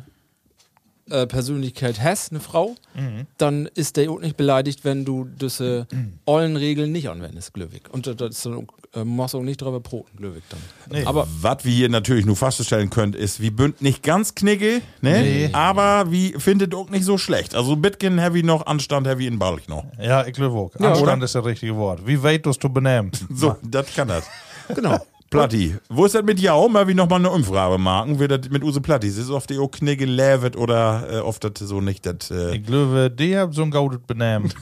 äh, Persönlichkeit hast, eine Frau, dann ist der auch nicht beleidigt, wenn du diese ollen Regeln nicht anwendest, glücklich. Und das ist dann, äh, musst du auch nicht drüber broten, glücklich dann. Nee. Aber Was wir hier natürlich nur feststellen könnt, ist, wie bünd nicht ganz knigge, ne? Nee. Aber wie findet auch nicht so schlecht. Also Bitcoin heavy noch, Anstand heavy in Balch noch. Ja, ich glaube auch. Ja, Anstand oder? ist das richtige Wort. Wie weit du es zu benehmen? So, das kann das. genau. Platti, wo ist das mit Jau? Mal wie nochmal eine Umfrage machen. Wird das mit Use Platti? Ist es oft die auch knigge levet oder äh, oft das so nicht das. Äh, Ich glaube, die haben so ein gaudet benehmen.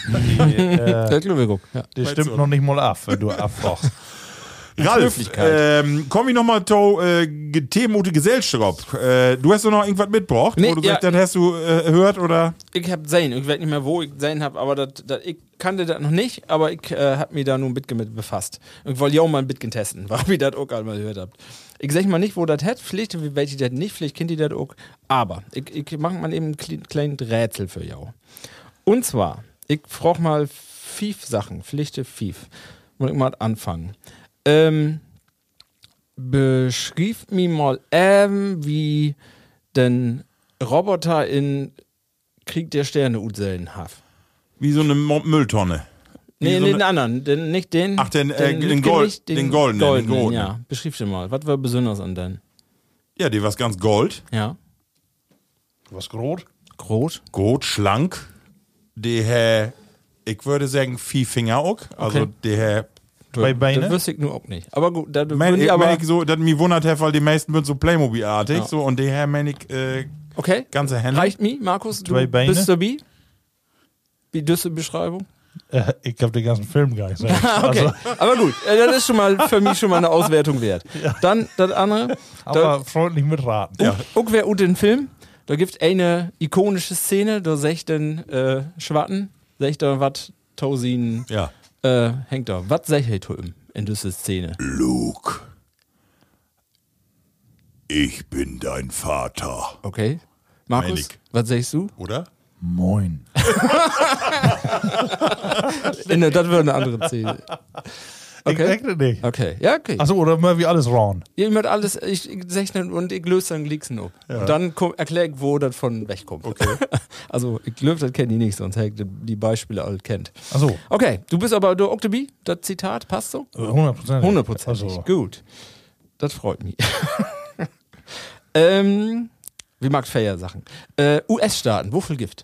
Die, äh, Der Glühwürgung, ja. die stimmt noch nicht mal ab, wenn du abfragst. Ralf, Höflichkeit. ähm, komm ich nochmal zu äh, Themenmute Gesellschaft. Äh, du hast doch noch irgendwas mitgebracht, Nee, wo du ja. sagst, das hast du äh, gehört, oder? Ich hab sehen, ich weiß nicht mehr, wo ich sehen hab, aber dat, dat, ich kannte das noch nicht, aber ich äh, hab mich da nur ein bisschen mit befasst. Ich wollte ja auch mal ein bisschen testen, warum ich das auch einmal gehört habt. Ich sag mal nicht, wo das hat, vielleicht weiß ich das nicht, vielleicht kennt ihr das auch, aber ich, ich mach mal eben ein kle- kleines Rätsel für jou. Und zwar, ich frag mal fünf Sachen, Pflichte fünf. Muss ich mal anfangen. Ähm, beschrieb mir mal eben, wie den Roboter in Krieg der Sterne utsellen hat. Wie so eine Mo- Mülltonne. Wie Nee, so den eine- anderen, den, nicht den. Ach, den, äh, den nicht Gold- nicht den goldenen, den goldenen. Ja, beschrieb dir mal. Was war besonders an den? Ja, die war ganz gold. Ja. Was groß? Groß. Gold, schlank. Die Herr, ich würde sagen, vier Finger auch. Also Okay. die Herr, Zwei Beine? Das wüsste ich nur auch nicht. Aber gut, da mein, würden ich, die aber. mein ich so, das mich wundert, Herr, weil die meisten sind so Playmobil-artig. Ja. So, und die Herr, meine ich, äh, Okay. ganze Hände. Reicht mir, Markus? Du Zwei Beine? bist dabei? Wie düsse Beschreibung? Äh, ich habe den ganzen Film gar nicht gesehen. Okay, Also, aber gut, äh, das ist schon mal für mich schon mal eine Auswertung wert. Dann das andere. aber freundlich mitraten. Ja. Auch wer ut den Film, da gibt eine ikonische Szene, da sehe ich den äh, Schwatten, sehe ich da was Tausin Ja. äh, hängt da. Was sehe ich da in dieser Szene? Luke, ich bin dein Vater. Okay. Meine Markus, ich. was sagst du? Oder? Moin. In der, das wäre eine andere Szene. Ich Okay. rechne nicht. Okay, ja, okay. Achso, oder mal wie alles rauen. Ihr mögt alles, ich, ich sechne und ich löse dann Glicksen ab. Und dann erkläre ich, wo das von wegkommt. Okay. Also, ich glaube, das kennt ihr nicht, sonst hätte ich die Beispiele alle kennt. Achso, Okay, du bist aber du Oktobi, das Zitat passt so? hundert Prozent. Hundertprozentig. Also, Gut. Das freut mich. ähm, wie mag Fair Sachen? Äh, U S-Staaten, wofür Gift?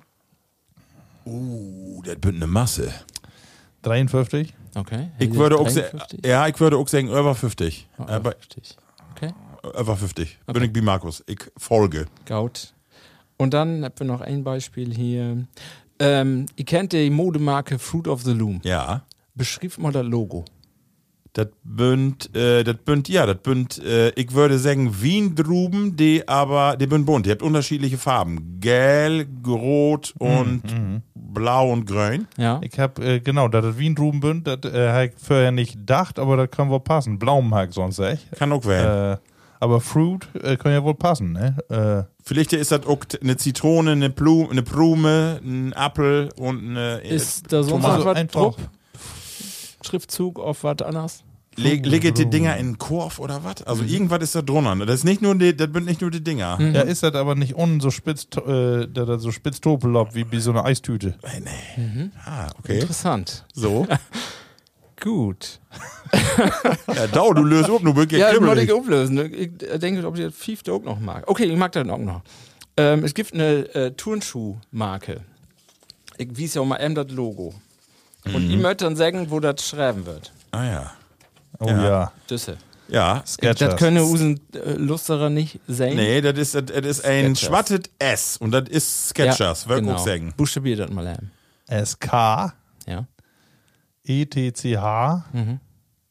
Uh, das wird eine Masse. dreiundfünfzig. Okay. Ich würde auch sagen, dreiundfünfzig? ja, ich würde auch sagen, über fünfzig. Oh, Aber fünfzig. Okay. über fünfzig. Bin ich wie Markus. Ich folge. Gut. Und dann haben wir noch ein Beispiel hier. Ähm, ihr kennt die Modemarke Fruit of the Loom. Ja. Beschrieb mal das Logo. Das bünd, äh, das bünd, ja, das bünd, äh, ich würde sagen, Wiendruben, die aber, die bünd bunt. Die habt unterschiedliche Farben. Gelb, rot und blau und grün. Ja. Ich hab, äh, genau, dass das Wien drüben bünd, das äh, hab ich vorher nicht gedacht, aber das kann wohl passen. Blaumen hab ich sonst echt. Kann auch werden. Äh, aber Fruit äh, kann ja wohl passen, ne? Äh, Vielleicht ist das auch eine Zitrone, eine Blume, eine Blume, ein Apfel und eine äh, Ist da sonst Tomate. noch was Einfach. drauf? Schriftzug auf was anderes? Leg, lege die Dinger in den Korb oder was? Also irgendwas ist da drunter. Das ist nicht nur die, das sind nicht nur die Dinger. Ja, ist das aber nicht unten so spitz, äh, dass das so spitz topeloppt wie, wie so eine Eistüte. Äh, nee. Ah, okay. Interessant. So. Gut. Ja, Dau, du löst up, du bist Ja, ich wollte kribbelig. ich auflösen. Ich denke, ob ich das fünfte auch noch mag. Okay, ich mag das auch noch. Ähm, es gibt eine äh, Turnschuhmarke. Ich wies ja auch mal eben das Logo. Und ich möchte dann sagen, wo das schreiben wird. Ah ja. Oh Ja. ja. Düsse. Ja. Sketchers. Das können unseren äh, Lusterer nicht sehen. Nee, das ist, das, das ist ein Skechers. schwattet S und das ist Sketchers, Ja, würde ich genau. auch sagen. Buchstabier das mal eben. S K Ja. E T C H Mhm.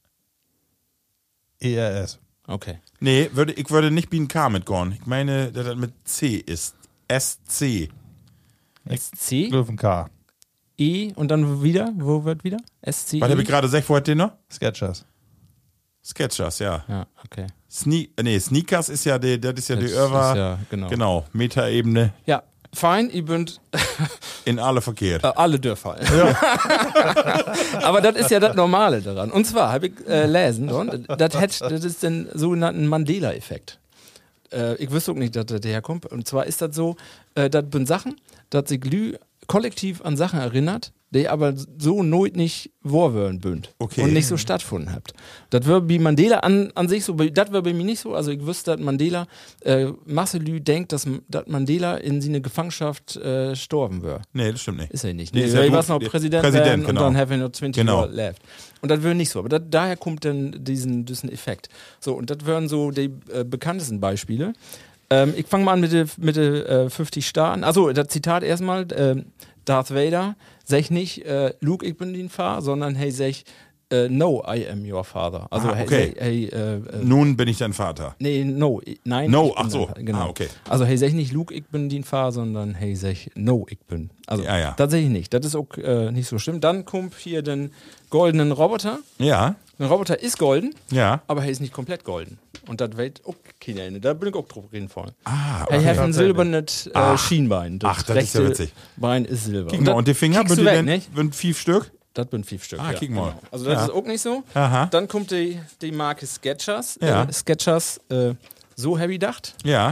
E R S. Okay. Nee, würde, ich würde nicht wie ein K mitgehen. Ich meine, dass das mit C ist. S C. S C, Löwen K. E und dann wieder, wo wird wieder? S C, Was habe ich E? gerade gesagt, wo hat den noch? Sketchers. Sketchers, ja. Ja, okay. Sne nee, Sneakers ist ja die, das ist ja Das die ist Irva. ja, genau. Genau, Metaebene Ja, fein, ihr bünd in alle verkehrt. Äh, alle Dörfer. Aber das ist ja das Normale daran. Und zwar habe ich äh, lesen, und das hat, das ist den sogenannten Mandela-Effekt. Äh, ich wüsste auch nicht, dass das herkommt. Und zwar ist das so, äh, das sind Sachen, dass sich Lü kollektiv an Sachen erinnert, die aber so nooit nicht wahr bünd Okay. und nicht so stattgefunden habt. Das wäre wie Mandela an, an sich so, das wäre bei mir nicht so. Also ich wüsste, dass Mandela, äh, Masse Lü denkt, dass, dass Mandela in seine Gefangenschaft äh, gestorben wäre. Nee, das stimmt nicht. Ist er nicht. Nee, Nee, ist er ja war gut. noch Präsident, Präsident, werden genau. und dann have er noch zwanzig Genau. Jahre left. Und das wäre nicht so. Aber dat, daher kommt dann diesen, diesen Effekt. So, und das wären so die äh, bekanntesten Beispiele. Ähm, ich fange mal an mit den mit de, äh, fünfzig Staaten. Also das Zitat erstmal. Äh, Darth Vader sag nicht, äh, Luke, ich bin dein Vater, sondern hey, sag, äh, no, I am your father. Also, Ah, hey, okay. sag, hey, äh, äh, Nun bin ich dein Vater. nee, no, i- nein. No, ich bin ach so. dein Vater, genau. Ah, okay. Also, hey, sag nicht, Luke, ich bin dein Vater, sondern hey, sag, no, ich bin. Also, Ja, ja. tatsächlich nicht. Das ist auch äh, nicht so schlimm. Dann kommt hier den goldenen Roboter. Ja, Ein Roboter ist golden, ja. aber er ist nicht komplett golden. Und das weht auch keiner inne. Da bin ich auch drauf reden voll. Ah, Er okay. hat ein silbernes äh, Ach. Schienbein. Ach, das ist ja rechte witzig. Bein ist silber. Guck mal, und die Finger, kriegst sind du die weg, denn, nicht? sind fünf Stück? Das bin fünf Stück. Ah, ja, kick mal. genau. Also das Ja. ist auch nicht so. Aha. Dann kommt die, die Marke Skechers. Ja. Äh, Skechers, äh, so heavy dacht. Ja.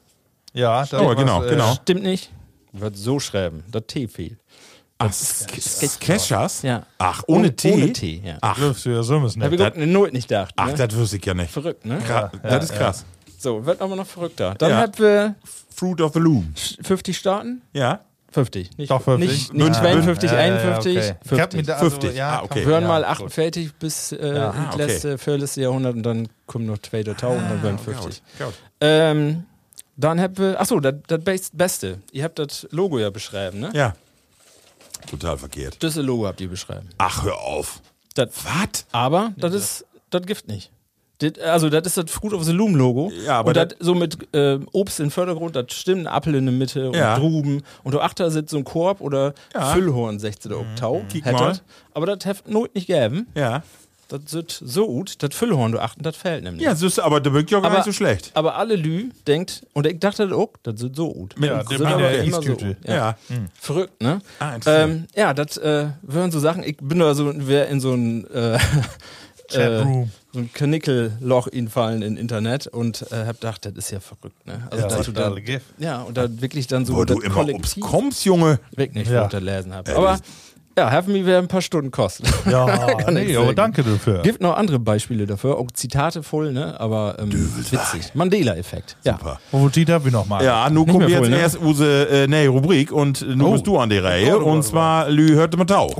Ja, das Oh, was, genau, äh, genau. Stimmt nicht. Wird so schreiben. Das T fehlt. Ach, Skechers? Ja. Ach, ohne T? Ohne T, ja. Ach, Dürfst du ja so müssen. Hab ich auch eine Not nicht gedacht. ach Ne? das wüsste ich ja nicht. Verrückt, ne? Kra- das ist krass. So, wird aber noch verrückter. Dann Ja. haben wir Fruit of the Loom. fünfzig Staaten. Ja. fünfzig. Nicht, Doch, fünfzig. Nicht, nicht Ja. zweiundfünfzig, Ja, ja, ja, einundfünfzig, okay. Ich hab mir fünfzig. da also, fünfzig. ja, Ah, okay. komm, Wir hören ja, mal gut. achtundvierzig bis äh, Ja. ins Ah, okay. letzte, vorletzte Jahrhundert und dann kommen noch zwei Tausend und dann werden fünfzig. Gut, gut. Ähm, dann habt wir, achso, das das Beste. Ihr habt das Logo ja beschrieben, ne? Ja. Total verkehrt. Das Logo habt ihr beschrieben. Ach, hör auf. Das, Was? aber das ist das Gift nicht. Das, also, das ist das Fruit of the Loom Logo. Ja, aber und das das- so mit äh, Obst im Vordergrund, das stimmt, ein Apfel in der Mitte und Ja. Druben. Und du achter sitzt so ein Korb oder Ja. Füllhorn, sechzehn Oktau. Kick Hätt mal. das. Aber das hat not nicht geben. Ja. Das wird so gut, das Füllhorn, du achten, das fällt nämlich. Ja, süß, aber der wirkt ja gar aber, nicht so schlecht. aber alle Lü denkt, und ich dachte das auch, das wird so gut. Ja, Das der sind mit aber der immer so Eistüte. gut. Ja. Verrückt, ne? Ah, interessant. ähm, ja, das äh, wären so Sachen, ich bin da so wer in so ein äh, Chatroom. so ein Kanickelloch infallen im Internet und äh, hab gedacht, das ist ja verrückt, ne? Also, Ja, dass du da, totale Gift. ja, und da wirklich dann so Wo du das immer ob's Kollektiv kommst, Junge. weg nicht Ja. runterlesen hab. Aber ja, haben mir wieder ein paar Stunden kosten. Ja, Kann ich nee, aber sagen. danke dafür. Gibt noch andere Beispiele dafür, auch Zitate voll, ne? Aber ähm, witzig. Mandela-Effekt. Ja. Super. Wo die darf ich noch mal? Ja, nun Nicht kommt mehr jetzt voll, ne? erst unsere äh, nee, Rubrik und äh, nun Oh. bist du an der Reihe. Oh, oh, oh, und oh. zwar, Lü, hörte mal Tau.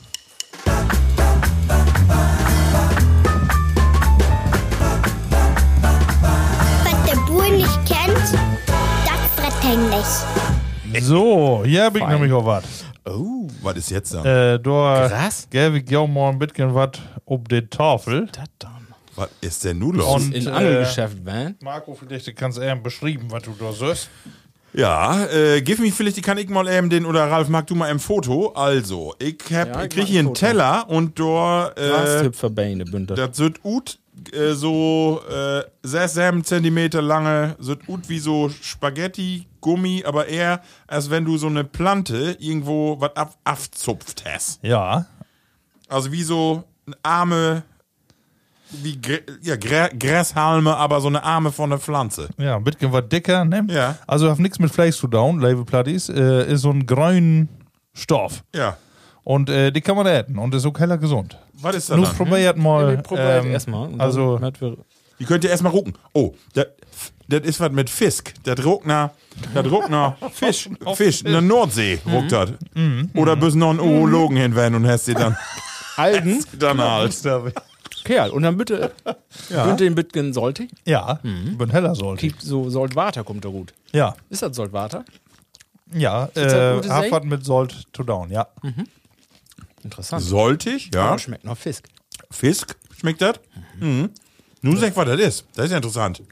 Was der Bur nicht kennt, das wird nicht. So, hier hab ich Fein. nämlich auch was. Oh, was ist jetzt dann? Äh, da Krass. gebe ich ja mal ein bisschen was ob die Tafel. Das dann. Was ist denn nun los? Und- In äh, Angelgeschäft, Van. Marco, vielleicht kannst du eben beschreiben, was du da siehst. Ja, äh, gib mich vielleicht, kann ich mal eben den, oder Ralf, mag du mal ein Foto? Also, ich, hab, Ja, ich krieg mach hier ein einen Foto. Teller und da, äh, Grastipferbeine bündelt. das wird ut, äh, so, äh, sechs, sieben Zentimeter lange, so ut wie so Spaghetti, Gummi, aber eher, als wenn du so eine Plante irgendwo was ab, abzupft hast. Ja. Also wie so eine Arme, wie Gr ja, Gr Grashalme, aber so eine Arme von der Pflanze. Ja, ein bisschen was dicker, ne? Ja. Also hat nichts mit Fleisch zu tun, Label Platties. Äh, ist so ein grünen Stoff. Ja. Und äh, die kann man essen und ist auch heller gesund. Was ist das Nun dann? probiert mal. Wir probieren ähm, erstmal. und dann Also, wird wir- Die könnt ihr erstmal rucken. Oh, das ist was mit Fisk. Das ruckt nach, das ruckt nach Fisch. Fisch, in der Nordsee ruckt das. Oder bis noch einen Urologen hinwenden und hast sie dann, Algen. dann halt. Kerl. Und dann bitte, ja. den Bitgen sollte. ja, bin heller sollte. Gibt so Saltwater kommt da gut. Ja, Ist das Saltwater? ja. das Äh, gute hat Sei? was mit Salt to down, ja. Interessant. Sollte ich, ja. Aber schmeckt noch Fisk. Fisk, schmeckt das? Mhm. Nun sag, was das ist. Das ist ja interessant.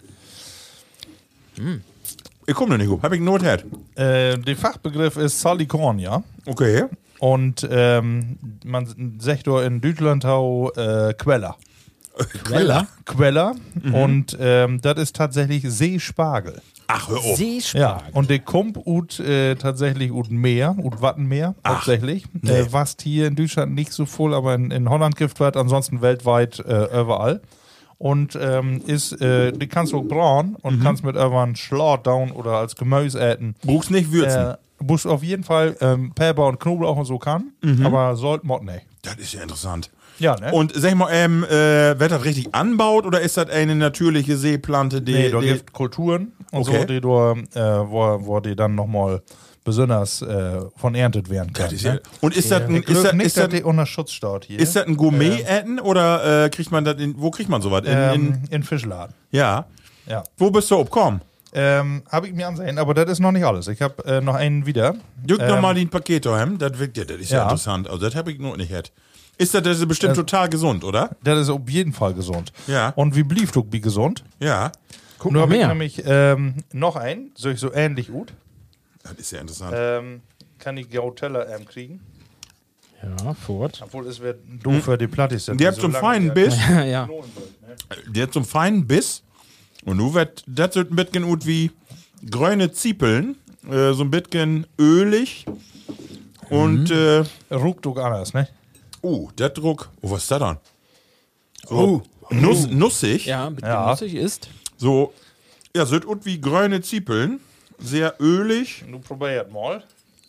Ich komme noch nicht gut. Hab ich Not hat. Äh, der Fachbegriff ist Salicon, ja. Okay. Und ähm, man sagt da in Deutschland auch äh, Queller. Queller? Queller. Und ähm, das ist tatsächlich Seespargel. Ach, hör auf. Seespargel. Ja, und der kommt ut, äh, tatsächlich ut Meer, ut Wattenmeer hauptsächlich. nee. Äh, was hier in Deutschland nicht so voll, aber in, in Holland gibt wird, ansonsten weltweit äh, überall. Und ähm, ist, äh, die kannst du auch brauen und kannst mit irgendwann Schlauch down oder als Gemüse äten. Brauchst nicht würzen. Äh, musst auf jeden Fall ähm, Pfeffer und Knoblauch und so kann, aber sollte man nicht. Das ist ja interessant. Ja, ne? Und sag mal, ähm, äh, wird das richtig anbaut oder ist das eine natürliche Seeplante, die. nee, da die gibt Kulturen und Okay. so, die du, äh, wo, wo die dann nochmal besonders äh, von erntet werden können. Das ist ja, ne? und ist das ein, Ich ist glaube das, nicht, ist dass das, die unter Schutz steht hier. ist das ein Gourmet-Etten oder äh, kriegt man das in, wo kriegt man sowas? In, in, ähm, in Fischladen. ja. Ja. Wo bist du abgekommen? Ähm, habe ich mir ansehen, aber das ist noch nicht alles. Ich habe äh, noch einen wieder. Drück Ähm, noch mal den Paket daheim, das wirkt ja, das ist ja, Ja. interessant. Also das habe ich noch nicht gehabt. Ist das, das ist bestimmt total gesund, oder? Das ist auf jeden Fall gesund. Ja. Und wie blieb du wie gesund? Ja. Guck Nur mal habe ich mehr. nämlich ähm, noch einen, so, so ähnlich gut. Das ist ja interessant. Ähm, kann ich Gauteller ähm, kriegen. Ja, fort. Obwohl es wird doof für die Plattis sind. Die hat zum feinen Biss. ja. Die hat zum feinen Biss. Und nu wird das wird ein bisschen gut wie grüne Ziepeln. Äh, so ein bisschen ölig. Und, äh, Ruckduck anders, ne? oh, der Druck. Oh, was ist das dann? So Nuss, nussig. Ja, mit Ja. genussig ist. So, ja, so gut wie grüne Ziepeln. Sehr ölig. Du probiert mal.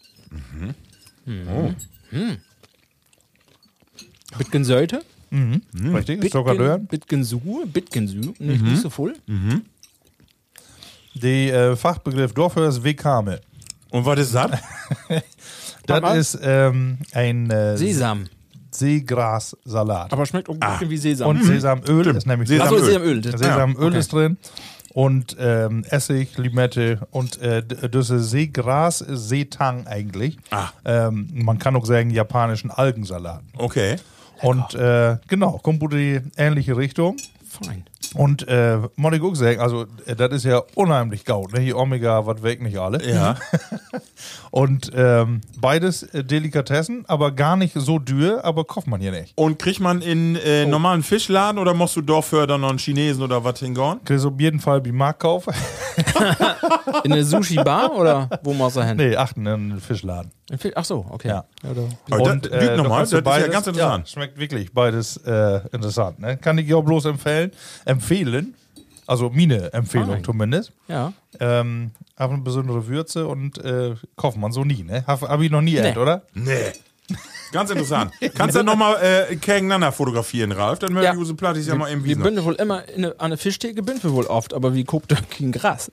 Bitgen Sölte. Richtig, ist sogar drin. Bitgen Su. Bitgen Su. Nicht, nicht so voll. Der äh, Fachbegriff dafür ist Wekame. Und was ist das? Das mal. ist ähm, ein äh, Sesam. Seegrassalat. Aber schmeckt auch ein bisschen wie Sesam. Und Sesamöl ist nämlich Sesam- Achso, Sesamöl. Sesamöl. Das- Sesamöl okay. ist drin. Und ähm, Essig, Limette und äh, d- das ist Seegras, Seetang eigentlich. Ah. Ähm, man kann auch sagen japanischen Algensalat. Okay. Und äh, genau, kommt in die ähnliche Richtung. Fein. Und äh, muss ich auch sagen, also äh, das ist ja unheimlich gaut, ne? Hier Omega, was weg nicht alle. Ja. Und ähm, beides äh, Delikatessen, aber gar nicht so dürr, aber kauft man hier nicht. Und kriegt man in äh, normalen Fischladen oder musst du dafür dann noch einen Chinesen oder was hingehen? Kriegst auf jeden Fall wie Markt kaufen. In eine Sushi-Bar oder wo machst du hin? Nee, achten in den Fischladen. Ach so, okay. Ja. da- Aber das- lüg noch da mal, kannst du das ist ja ganz interessant. Ja, schmeckt wirklich beides äh, interessant. Ne? Kann ich auch bloß empfehlen. Empfehlen. Also meine Empfehlung Fein. zumindest. ja. Ähm, haben eine besondere Würze und äh, kauft man so nie. Ne? Habe hab ich noch nie erlebt, oder? Nee. Ganz interessant. Kannst du nochmal äh, gegeneinander fotografieren, Ralf? Dann möchte Ja. ich unsere Plattis ja mal eben Wir wissen. bin wohl immer in eine, an eine Fischtheke, bin wir wohl oft, aber wie guckt da kein Gras?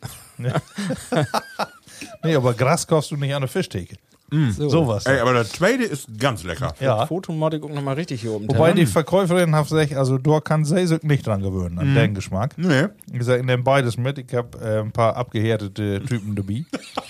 Nee, aber Gras kaufst du nicht an der Fischtheke. So. Sowas. Ey, aber das zweite ist ganz lecker. Ja. Foto mag ich auch noch mal richtig hier oben. Wobei Teller. die Verkäuferin hat gesagt, also du kannst sich nicht dran gewöhnen, an den Geschmack. Nee. Ich sag, ich nehme beides mit. Ich habe äh, ein paar abgehärtete Typen dabei.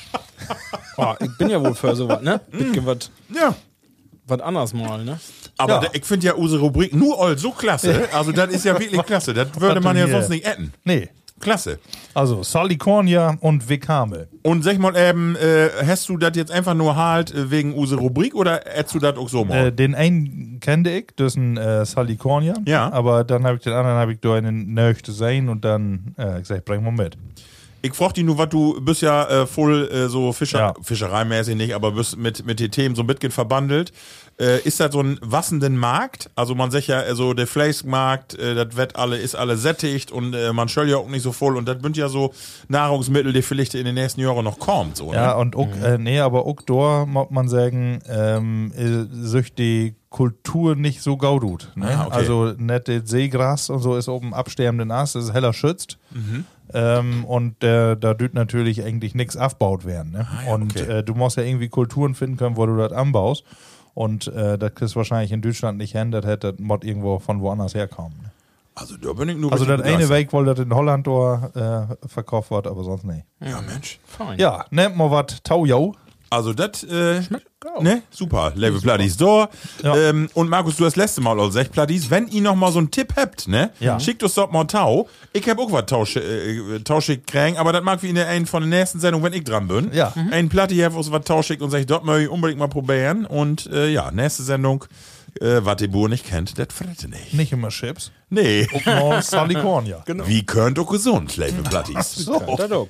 Oh, ich bin ja wohl für sowas, ne? Bisschen was Ja. was anderes mal, ne? Aber Ja. da, ich finde ja unsere Rubrik nur all so klasse. Also das ist ja wirklich klasse. Das würde man ja hier? sonst nicht etten. Nee. Klasse. Also Salicornia und Wekame. Und sag mal eben, äh, hast du das jetzt einfach nur halt äh, wegen unsere Rubrik oder hättest du das auch so mal? Äh, den einen kannte ich, das ist ein äh, Salicornia. Ja. Aber dann habe ich den anderen, habe ich da einen Nöchte sein und dann äh, gesagt, bring mal mit. Ich frag dich nur, was du bist ja äh, voll äh, so Fischer, Ja. Fischereimäßig nicht, aber bist mit, mit den Themen so ein bisschen verbandelt. Äh, ist das so ein wassenden Markt? Also man sagt ja, so der Fleischmarkt, äh, das wird alle, ist alle sättigt und äh, man schöll ja auch nicht so voll und das sind ja so Nahrungsmittel, die vielleicht in den nächsten Jahren noch kommt. So, Ja, ne? und auch, äh, nee, aber auch da muss man sagen, ähm, äh, sich die Kultur nicht so gaudut. Ne? Ah, okay. Also nicht das Seegras und so ist oben absterbenden Ast, das ist heller schützt. Mhm. Ähm, und äh, da düt natürlich eigentlich nichts aufgebaut werden. Ne? Ah, ja, und okay. äh, du musst ja irgendwie Kulturen finden können, wo du das anbaust. Und äh, das kriegst du wahrscheinlich in Deutschland nicht hin, das hätte das Mod irgendwo von woanders herkommen. Ne? Also da bin ich nur Also das richtig eine begeistert. Weg, weil das in Holland da äh, verkauft wird, aber sonst nicht. Ja, Mensch. Fein. Ja, nehmt mal was Taujau. Also das, äh, ne, super. Level Platties da. Ja. Ähm, und Markus, du hast letzte Mal auch sech Platties. Wenn ihr noch mal so einen Tipp habt, ne, Ja. schickt uns doch mal Tau. Ich hab auch was Tausch, äh, Tauschig kriegen, aber das mag wie in der einen von der nächsten Sendung, wenn ich dran bin. Ja. Mhm. Ein Platti hat uns was Tauschig und sagt, dort möchte ich unbedingt mal probieren. Und äh, ja, nächste Sendung, äh, was die Bur nicht kennt, das frette nicht. Nicht immer Chips. Nee. Und mal Salicornia. Wie könnt auch gesund, Level Platties. So. Da doch.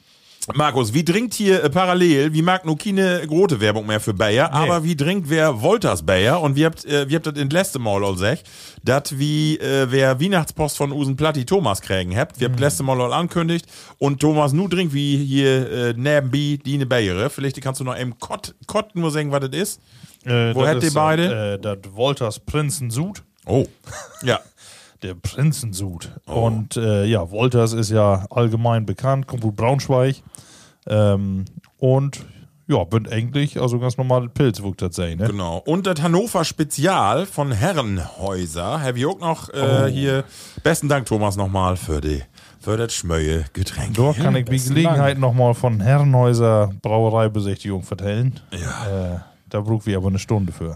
Markus, wie dringt hier äh, parallel, wie mag nur keine große Werbung mehr für Bayer, aber wie dringt wer Wolters Bayer und wie habt, äh, wie habt das in letzte Mal all sech, dat wie äh, wer Weihnachtspost von Usen Platti Thomas kriegen habt, wir habt letzte Mal all ankündigt und Thomas nu dringt wie hier äh, nebenbei die ne Bayere, vielleicht kannst du noch eben Kott, Kott nur sagen, was das ist. Äh, Wo das hätt ihr ist, beide? Äh, das Wolters Prinzensud. Oh, ja. Der Prinzensud. Und äh, ja, Wolters ist ja allgemein bekannt, kommt aus Braunschweig. Ähm, und ja, bin eigentlich, also ganz normale Pilz, wo das sein, ne? Genau. Und das Hannover Spezial von Herrenhäuser. Habe ich auch noch äh, hier. Besten Dank, Thomas, nochmal für die für das schmöje Getränk. Dort kann ich bei Gelegenheit nochmal von Herrenhäuser Brauereibesichtigung vertellen. Ja. Äh, da brauchen wir aber eine Stunde für.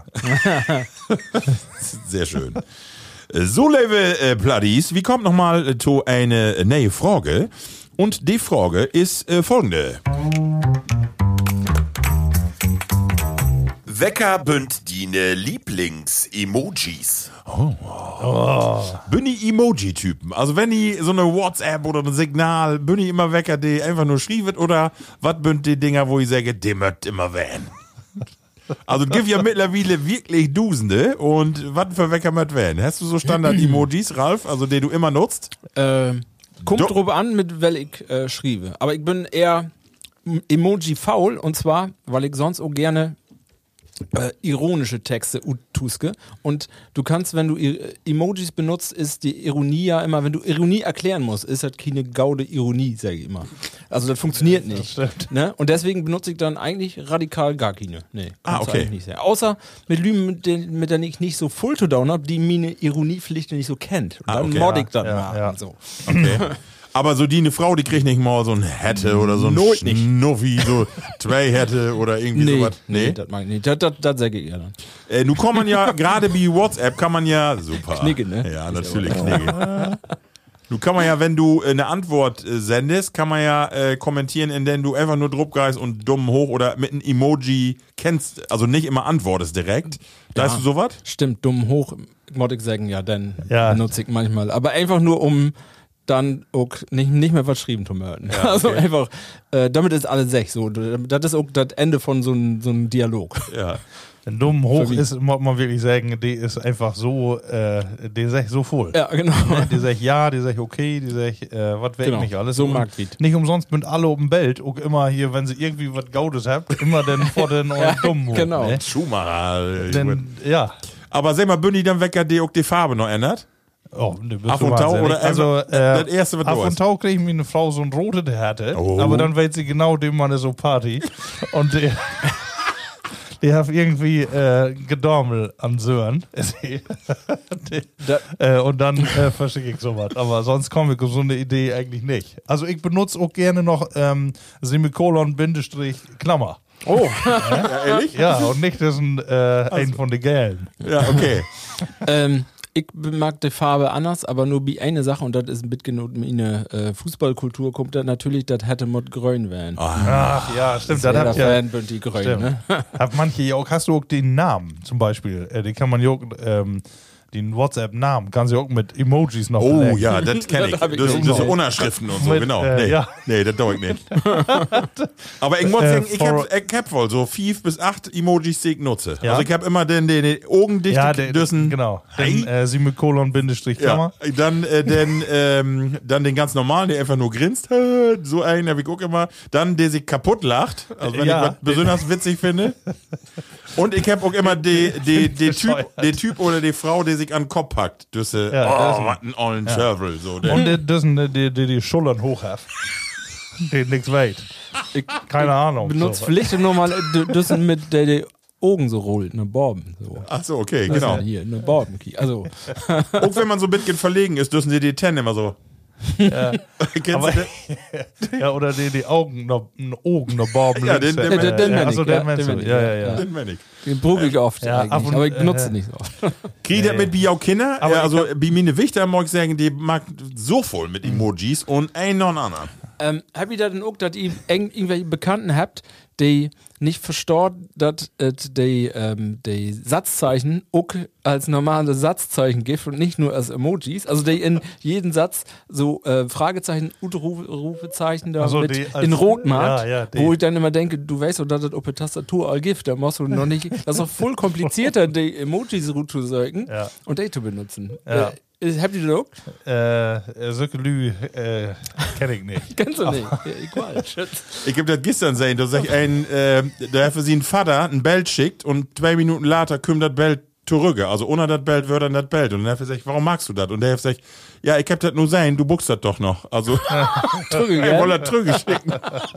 Sehr schön. So, liebe äh, Pladdies, wie kommt nochmal äh, zu eine neue Frage? Und die Frage ist äh, folgende. Wecker bünd dine Lieblings-Emojis. Bin ich Emoji-Typen? Also wenn ich so eine WhatsApp oder ein Signal, bin ich immer Wecker, die einfach nur schrieben oder was bünd die Dinger, wo ich sage, die möcht immer werden? Also es gibt ja mittlerweile wirklich Dusende und was für Wecker möcht werden? Hast du so Standard-Emojis, Ralf, also die du immer nutzt? Ähm, kommt Do- drauf an, mit wel ich äh, schriebe. Aber ich bin eher Emoji-faul und zwar, weil ich sonst auch gerne Äh, ironische Texte utuske und du kannst, wenn du I- Emojis benutzt, ist die Ironie ja immer, wenn du Ironie erklären musst, ist das keine gaude Ironie, sage ich immer. Also das funktioniert nicht. Das Ne? Und deswegen benutze ich dann eigentlich radikal gar keine. Nee, Ah, kannst du okay. eigentlich nicht sagen. Außer mit Lügen, mit, den, mit denen ich nicht so full to down habe, die meine Ironiepflicht nicht so kennt. Und Ah, dann okay. mod ich das Ja, mal. ja. Und so. Okay. Aber so die eine Frau, die kriegt nicht mal so ein Hätte oder so ein Nooit nicht. Schnuffi, so zwei Hätte oder irgendwie Nee, sowas. nee, das mag ich nicht. Das, das, das sage ich eher dann. Äh, nun kann man ja, gerade bei WhatsApp kann man ja, super. Knigge, ne? Ja, natürlich Knigge. Du kann man ja, wenn du äh, eine Antwort äh, sendest, kann man ja äh, kommentieren, indem du einfach nur Druckgeist und dumm hoch oder mit einem Emoji kennst, also nicht immer antwortest direkt. Weißt du sowas? Stimmt, dumm hoch, muss ich sagen, ja, dann Ja. benutze ich manchmal. Aber einfach nur, um dann auch nicht, nicht mehr was schreiben zu möchten. Ja, Also okay. einfach, äh, damit ist alles sech. So. Das ist auch das Ende von so einem so einem Dialog. Ja. Wenn dumm hoch Für wie? ist, muss man wirklich sagen, die ist einfach so, äh, die sagt so voll. Ja, genau. Die sagt ja, die sagt okay, die sagt, äh, was weg Genau, nicht alles. so Und mag ich. nicht umsonst mit alle um Welt, auch immer hier, wenn sie irgendwie was Gaudes habt, immer dann vor den ja, dumm hoch. genau. Ne? Schumacher. äh, Denn, ja. Aber sag mal, Bünni, dann Wecker, die auch die Farbe noch ändert? Oh, ne, bist Af du und Tau wahnsinnig. oder also, einfach äh, das erste, was du Af hast? und Tau kriegt mir eine Frau so ein rote Härte, Oh. aber dann weiß sie genau, dem man ist so Party. Und die, die hat irgendwie äh, Gedormel an Sören. Die- Da- äh, und dann äh, verschicke ich sowas. Aber sonst komme ich auf so eine Idee eigentlich nicht. Also ich benutze auch gerne noch ähm, Semikolon, Bindestrich, Klammer. Oh, Ja, ehrlich? Ja, und nicht das ein, äh, ein von den Gellen. Ja, okay. ähm, ich mag die Farbe anders, aber nur wie eine Sache und das ist ein bisschen in eine äh, Fußballkultur kommt da natürlich, das hätte mod grün werden. Ach ja, stimmt. Sehr Das der habt ja, Fan bin die grün, Stimmt. ne? Hab manche ja auch, hast du auch den Namen zum Beispiel, äh, den kann man ja auch, ähm, den WhatsApp-Namen, kann sie auch mit Emojis noch Oh belegen. ja, das kenne ich. Das hab ich Das auch sind so noch. Unterschriften und so, Mit, genau. äh, nee, ja. nee, das dauert nicht. Aber ich muss Äh, sagen, ich for- hab, ich hab wohl so fünf bis acht Emojis, die ich nutze. Ja. Also ich hab immer den, den, den Augen dicht Ja, der, düssen. genau. Hey. Den äh, Semikolon, Bindestrich, Klammer. Ja, dann, äh, den, ähm, dann den ganz normalen, der einfach nur grinst. So einen hab ich auch immer. Dann, der sich kaputt lacht. Also wenn Ja. ich was besonders witzig finde. Und ich hab auch immer die, die, die typ, Bescheuert. den Typ oder die Frau, die sich an den Kopf packt. Düsse, Ja, das oh, ist- was ein ollen Schörvel. So, der, Und die, das sind die, die, die, die Schultern hoch haben. Die nix weit. Ich Keine Ahnung. benutze so. vielleicht nur mal äh, das mit der die Augen so rollt, ne Borben. So. ach so, okay, Das ist genau. ja hier, ne Borben. Also, Auch wenn man so ein bisschen verlegen ist, dürfen sie die Ten immer so. Kennst Aber, du den? ja, oder die, die Augen noch, Augen noch Barben. Ja, links, den- äh, den- den- den ja, kenn achso, ich, den ja, meinst den du. kenn ich, Ja, ja. ja, ja. Den meine ich. den brauche ich oft Ja, ab eigentlich, und- aber ich benutze äh, nicht so oft. Kriegt das mit wie auch Kinder? Aber Ja, also, ich wie meine Wichter mag ich sagen, die mag so voll mit Emojis und ein noch einen anderen. Ähm, habt ihr da denn auch, dass ihr eng- irgendwelche Bekannten habt, die nicht versteht, dass es die, ähm, die Satzzeichen auch als normale Satzzeichen gibt und nicht nur als Emojis? Also die in jeden Satz so äh, Fragezeichen, Rufe, Rufezeichen da Also mit die als- in Rot macht, ja, ja, die- wo ich dann immer denke, du weißt doch, dass das auf der Tastatur all gibt, da musst du noch nicht, das ist doch voll komplizierter, die Emojis zu sagen Ja. und die zu benutzen. Ja. Äh, habt ihr das auch? Äh, solche Lü äh, kenn ich nicht. Kennst du nicht? Ja, egal. Ich hab das gestern gesehen, da sag ich ein, äh, da hat für sie ein Vater ein Bild schickt und zwei Minuten later kommt das Bild zurück, also ohne das Bild wird dann das Bild. Und dann hat er gesagt, warum magst du das? Und der hat gesagt, ja, ich hab das nur sein, du buchst das doch noch. Also, Trüge, ich gell? wollte das zurückschicken.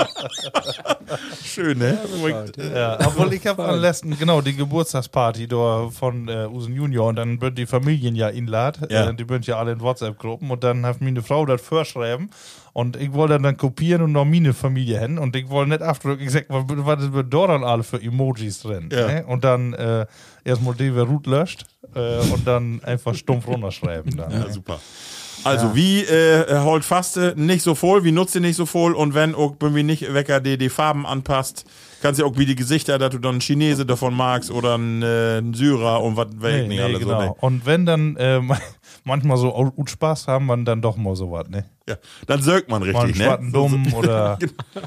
Schön, ne? Ja, obwohl ich habe am letzten, genau, die Geburtstagsparty da von äh, Usen Junior und dann wird die Familien ja inlad. Ja. Äh, die sind ja alle in WhatsApp-Gruppen und dann hat meine Frau das vorschreiben und ich wollte dann, dann kopieren und noch meine Familie hin und ich wollte nicht abdrücken. Ich sag, was, was wird da dann alle für Emojis drin? Ja. Ne? Und dann äh, erstmal die, wer Root löscht äh, und dann einfach stumpf runterschreiben. Dann, Ja, ne? super. Also, wie äh, holt Faste nicht so voll, wie nutzt ihr nicht so voll und wenn auch irgendwie nicht Wecker die, die Farben anpasst, kannst du auch wie die Gesichter, dass du dann einen Chinese davon magst oder einen, äh, einen Syrer und was weiß ich Nee, nicht nee, alles. genau. So, ne? Und wenn dann äh, manchmal so gut Spaß haben, man dann doch mal sowas, ne? Ja, dann sögt man Mal einen richtig, ne? schwarzen Dumm oder.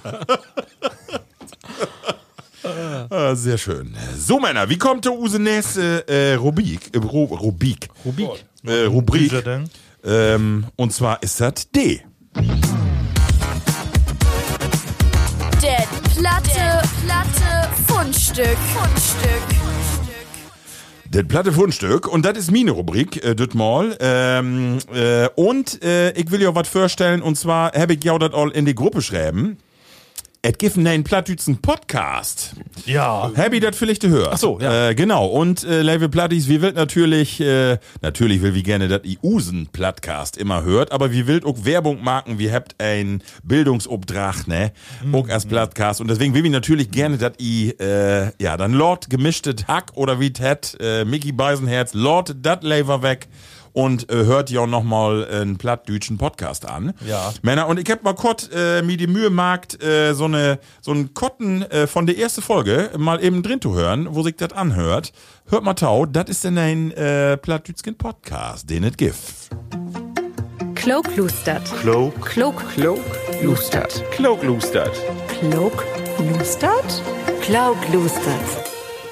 Ah, sehr schön. So, Männer, wie kommt der Use nächste äh, Rubik? Äh, Ru Rubik. Rubik. Äh, Rubrik. Bücher denn? Ähm, und zwar ist das D. Der Platte, Platte, Fundstück, Fundstück. Das platte Fundstück. Und das ist meine Rubrik, äh, das mal. Ähm, äh, und äh, ich will ja was vorstellen. Und zwar habe ich ja das all in die Gruppe schreiben. Es gibt einen Plattdütschen Podcast. Ja. Happy, das vielleicht gehört. Ach so, ja. Äh, genau. Und äh, Level Plattis, wie will natürlich, äh, natürlich will wie gerne das I Usen Plattcast immer hört, aber wie will auch Werbung machen, wie habt ein Bildungsobdrach, ne? Mhm. Auch als Plattcast. Und deswegen will ich natürlich gerne, dass I, äh, ja, dann Lord gemischtet Hack oder wie Ted, äh, Mickey Beisenherz, Lord dat Lever weg. Und äh, hört ja auch nochmal einen plattdütschen Podcast an. Ja. Männer, und ich hab mal kurz äh, mir die Mühe gemacht, äh, so eine so einen Kotten äh, von der ersten Folge mal eben drin zu hören, wo sich das anhört. Hört mal tau, das ist denn ein äh, plattdütschen Podcast, den es gibt. Cloak Lustert. Cloak, Cloak. Cloak, Lustert. Cloak Lustert. Cloak Lustert? Cloak Lustert.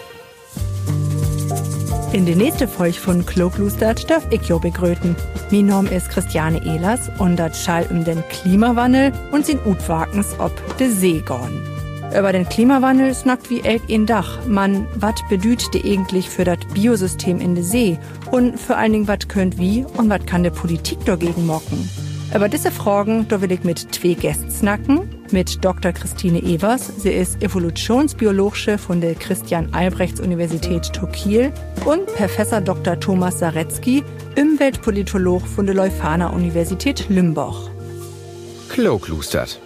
In der nächsten Folge von Cloak Lustert darf ich jo begrüßen. Mein Name ist Christiane Ehlers und das schall um den Klimawandel und sind Utwakens ob de See gorn. Über den Klimawandel snackt wie elk in Dach. Man, wat bedüht de eigentlich für das Biosystem in de See? Und vor allen Dingen, wat könnt wie und wat kann de Politik dagegen mocken? Über diese Fragen, da will ich mit zwei Gästen snacken. Mit Doktor Christine Evers. Sie ist Evolutionsbiologische von der Christian-Albrechts-Universität Kiel und Professor Doktor Thomas Saretzky, Umweltpolitolog von der Leuphana-Universität Lümbach. Cloak Lustert.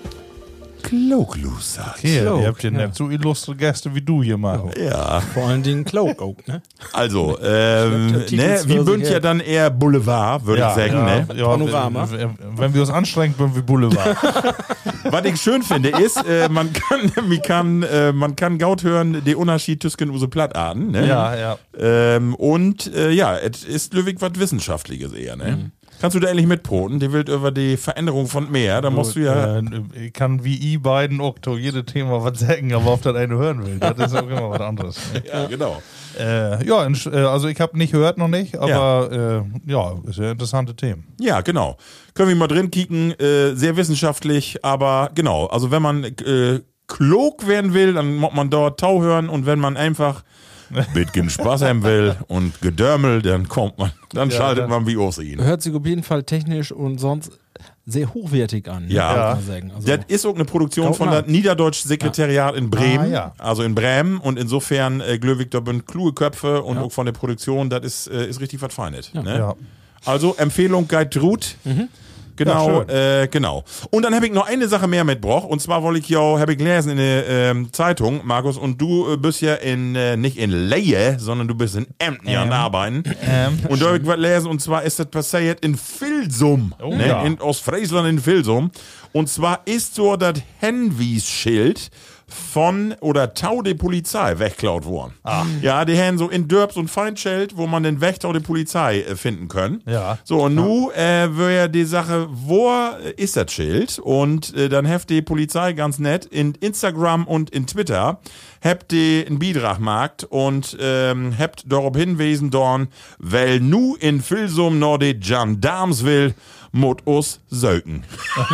Klogluser. Okay, Cloak, ihr habt hier ja. nicht so illustre Gäste wie du hier, Marco. Ja. Vor allen Dingen Cloak auch, ne? Also, ähm, Der Titel ne, ist wie für bünd sich ja dann eher Boulevard, würde ich sagen, ne? ja, Panorama. Wenn, wenn wir uns anstrengen, würden wir Boulevard. Was ich schön finde, ist, äh, man kann, man kann, äh, man kann gaut hören, den Unterschied zwischen unsere Plattarten, ne? ja, ja. Ähm, und äh, ja, es ist löwig was Wissenschaftliches eher, ne? Mhm. Kannst du da endlich mitpoten? Die will über die Veränderung von Meer, da musst du ja. Äh, ich kann wie I beiden auch zu jedem Thema was sagen, aber auf das eine hören will. Das ist auch immer was anderes. Ja, genau. Äh, ja, in, äh, also ich habe nicht gehört noch nicht, aber ja, äh, ja ist ja interessante Themen. Ja, genau. Können wir mal drin kicken, äh, sehr wissenschaftlich, aber genau, also wenn man äh, klug werden will, dann muss man dort Tau hören und wenn man einfach bisschen Spaß haben will und Gedörmel, dann kommt man, dann Ja, schaltet dann- man wie Ossin. Hört sich auf jeden Fall technisch und sonst sehr hochwertig an. ne? Ja. Kann man sagen. Also, Das ist auch eine Produktion Gaut von nach. der Niederdeutschen Sekretariat in Bremen, Ah, ja. also in Bremen und insofern äh, Glöwig, da sind kluge Köpfe und auch von der Produktion, das ist, äh, ist richtig was Feinet. Ne? Ja. Also Empfehlung Guide Ruth. Genau, Ja, äh, genau. Und dann habe ich noch eine Sache mehr mitgebracht. Und zwar wollte ich ja, habe ich gelesen in der ähm, Zeitung, Markus, und du äh, bist ja in, äh, nicht in Leie, sondern du bist in Emden ja Ähm. arbeiten. Ähm. Und da habe ich was gelesen, und zwar ist das passiert in Filsum, Oh, ne? ja. in Ostfriesland in Filsum. Und zwar ist so das Henwies-Schild von oder Tau der Polizei weggeklaut worden. Ah. Ja, die haben so in Dörps und Feindschild, wo man den Wächter der Polizei äh, finden können. Ja. So, und nu äh, wär ja die Sache, wo ist das Schild? Und äh, dann habt die Polizei ganz nett in Instagram und in Twitter habt die einen Beitrag gemacht und ähm, habt darauf hinwiesen, dorn, weil nu in Filsum noch die Gendarms will, mut us söken.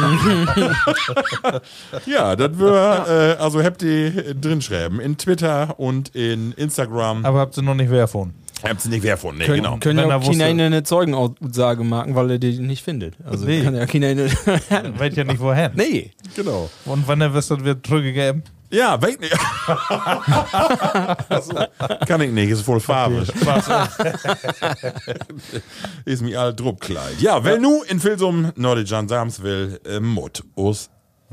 Ja, das wär, äh, also habt ihr drin schreiben in Twitter und in Instagram. Aber habt ihr noch nicht wer von? Habt ihr nicht wer von, nee, Können, genau. können Wenn ja er auch wusste- China eine Zeugenaussage machen, weil er die nicht findet. Also Nee. kann ja China eine. Weiß ja nicht wohin. Nee. Genau. Und wenn er wisst, das wird zurückgegeben. Ja, weiß nicht. Also, kann ich nicht, ist voll Farbe. Ist mir all Druckkleid. Ja, weil nu in Filsum Nordijan Sams will äh, Mut aus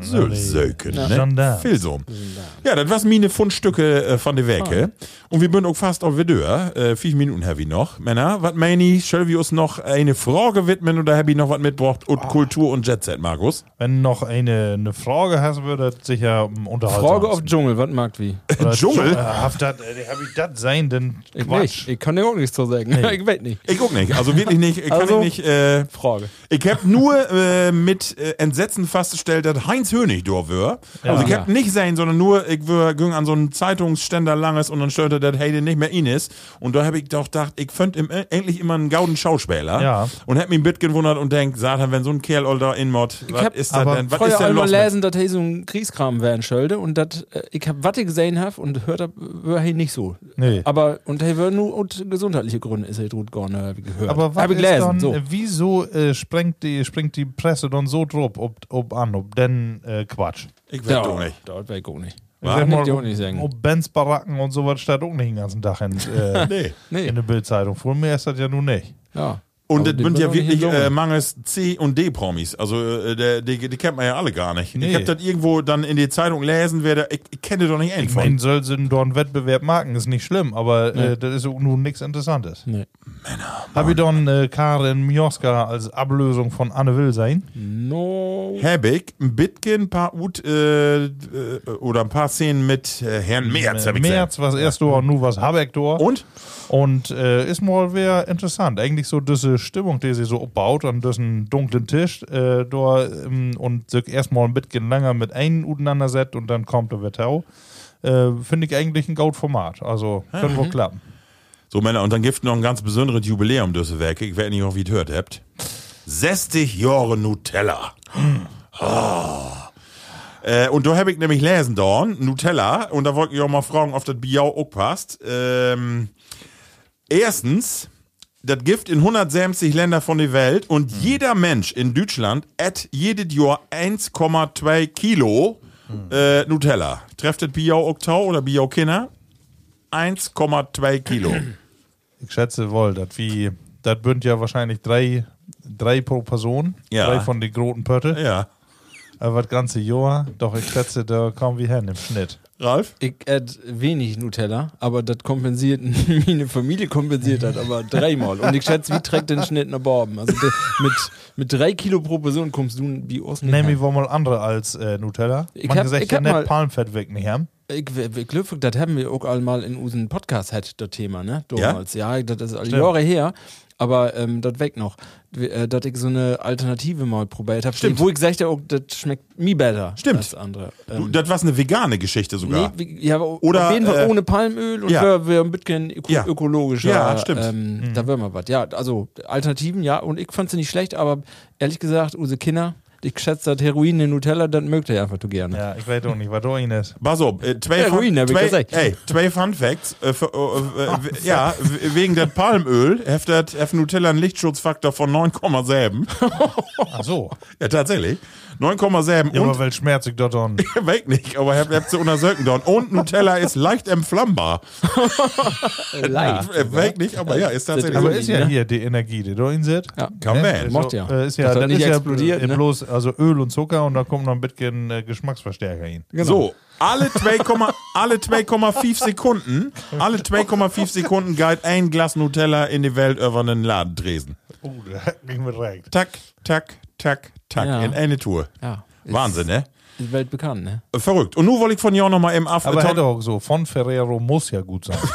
Söken, ne? Gendarm. Filsum. Ja, das was meine Fundstücke äh, von der Werke. Und wir sind auch fast auf Vedeur. Äh, vier Minuten habe ich noch. Männer, was meine ich? Soll wir uns noch eine Frage widmen oder habe ich noch was mitgebracht? Und Kultur und Jetset, Markus? Wenn noch eine, eine Frage hast, würde das sicher um, unterhalten. Frage auf Dschungel, was mag wie? Dschungel? Habe ich das sein, denn Ich Quatsch. nicht. Ich kann dir auch nichts zu sagen. Ich weiß nicht. Ich guck nicht. Also wirklich nicht. Ich kann Also- ich nicht. Äh, Frage. Ich hab nur äh, mit äh, Entsetzen festgestellt, dass Heinz Hönig da wär. Also ich hab Ja. nicht sein, sondern nur, ich wär ging an so einen Zeitungsständer langes und dann stellte dass Heide nicht mehr ihn ist. Und da hab ich doch gedacht, ich fand im, endlich immer einen gauden Schauspieler. Ja. Und hab mich ein bisschen gewundert und denk, Satan, wenn so ein Kerl all da in Mod, was hab ist das aber denn? Was Vorher ist denn einmal los? mit- lesen, dass er so ein Kriegskram werden sollte und dass äh, ich hab was ich gesehen hab und hört hab, war er nicht so. Nee. Aber und er war nur und gesundheitliche Gründe ist er gut gegangen, hab ich gehört. Aber was hab ich ist gelesen, dann, so. äh, wieso äh, springt, die, springt die Presse dann so drauf ob, ob an, ob denn äh, Quatsch? Ich weiß Ja, doch nicht. das weiß ich auch nicht. Ich Kann sag ich mal, dir auch ob, nicht sagen. ob Benz Baracken und sowas steht auch nicht den ganzen Tag in, äh, Nee. Nee. in der Bildzeitung. Vor mir ist das ja nun nicht. Ja. Und Aber das die sind wird ja auch nicht wirklich in äh, Summe. mangels C- und D-Promis. Also äh, der, die, die kennt man ja alle gar nicht. Nee. Ich hab das irgendwo dann in die Zeitung lesen, wer da, ich, ich kenne doch nicht einen Ich von. meine, soll sie dort einen Wettbewerb machen, ist nicht schlimm, aber äh, das ist auch nun nichts Interessantes. Nee. Habe ich dann äh, Karin Mioska als Ablösung von Anne Will sein? No. Hab ich ein bisschen, ein paar Ut, äh, äh, oder ein paar Szenen mit äh, Herrn Merz, hab ich März, was erst da, und nu was Habeck da. Und? Und äh, ist mal wieder interessant. Eigentlich so diese Stimmung, die sie so abbaut an diesem dunklen Tisch, äh, da, ähm, und sich erstmal ein bisschen länger mit einem auseinandersetzt und dann kommt der Wettau. Äh, Finde ich eigentlich ein gutes Format. Also, können wohl klappen. So, Männer, und dann gibt noch ein ganz besonderes Jubiläum, diese Werke. Ich weiß nicht, ob ihr es gehört habt. sechzig Jahre Nutella. Ah. Äh, und da habe ich nämlich lesen, Dorn, Nutella. Und da wollte ich auch mal fragen, ob das Biau auch passt. Ähm, erstens, das Gift in hundertsechzig Länder von der Welt und jeder Mensch in Deutschland ät jedes Jahr eins Komma zwei Kilo äh, Nutella. Trefft das Biau auch Tau oder Biau Kinder? eins Komma zwei Kilo. Ich schätze wohl, dass wie, das bünd ja wahrscheinlich drei, drei pro Person. Ja. Drei von den großen Pötte. Ja. Aber das ganze Jahr, doch ich schätze, da kommen wir hin im Schnitt. Ralf? Ich esse wenig Nutella, aber das kompensiert, meine Familie kompensiert das aber dreimal. Und ich schätze, wie trägt den Schnitt nach Borben? Also de, mit, mit drei Kilo pro Person kommst du wie aus nicht Nehmen hin. wir wohl mal andere als äh, Nutella. Ich Man hab- gesagt ich ja hab nicht mal- Palmfett weg nicht haben. Ich, ich glaube, das haben wir auch einmal in unserem Podcast hat das Thema, ne? Damals. Ja, das ist alle Stimmt. Jahre her. Aber ähm, das weg noch. Wie, äh, dass ich so eine Alternative mal probiert habe. Stimmt. Wo ich sagte, auch, das schmeckt mir besser Stimmt. als andere. Du, Ähm, das war eine vegane Geschichte sogar. nee, wie, ja, aber Oder, auf jeden Fall äh, ohne Palmöl und ja. wir, wir ein bisschen öko Ja. ökologischer. Ja, stimmt. Ähm, Da wäre mal was. Ja, also Alternativen, ja. Und ich fand sie nicht schlecht, aber ehrlich gesagt, unsere Kinder, ich schätze, das Heroin in Nutella, das mögt ihr einfach so gerne. Ja, ich weiß auch nicht, was da ihn ist. Pass auf, äh, zwei, Ja, Fun, Ruin, hab ich zwei, gesagt. ey, zwei Fun Facts. Äh, für, äh, äh, w- ja, w- wegen der Palmöl heftet F Nutella einen Lichtschutzfaktor von neun Komma sieben. Ach so. Ja, tatsächlich. neun Komma sieben. Ja, aber Und, weil schmerzig dort dann. weg nicht, aber habt habt sie untersuchen dort. Und Nutella ist leicht entflammbar. Leicht. Äh, weg nicht, aber ja, ist tatsächlich Aber so. ist ja ne? hier die Energie, die da ihn sitzt. Ja. Kann man. Macht ja. Äh, ist ja, Dass das das nicht ist ja explodiert, äh, ne? bloß also Öl und Zucker und da kommt noch ein bisschen äh, Geschmacksverstärker hin. So, alle zwei, alle zwei Komma fünf Sekunden, alle zwei Komma fünf Sekunden geht ein Glas Nutella in die Welt über einen Ladentresen. Oh, da ging mir direkt. Tack, tack, tack, tack. Ja. In eine Tour. Ja. Wahnsinn, ne? Ist weltbekannt, ne? Verrückt. Und nun wollte ich von dir nochmal im Af Aber Tom- hätte auch so, von Ferrero muss ja gut sein.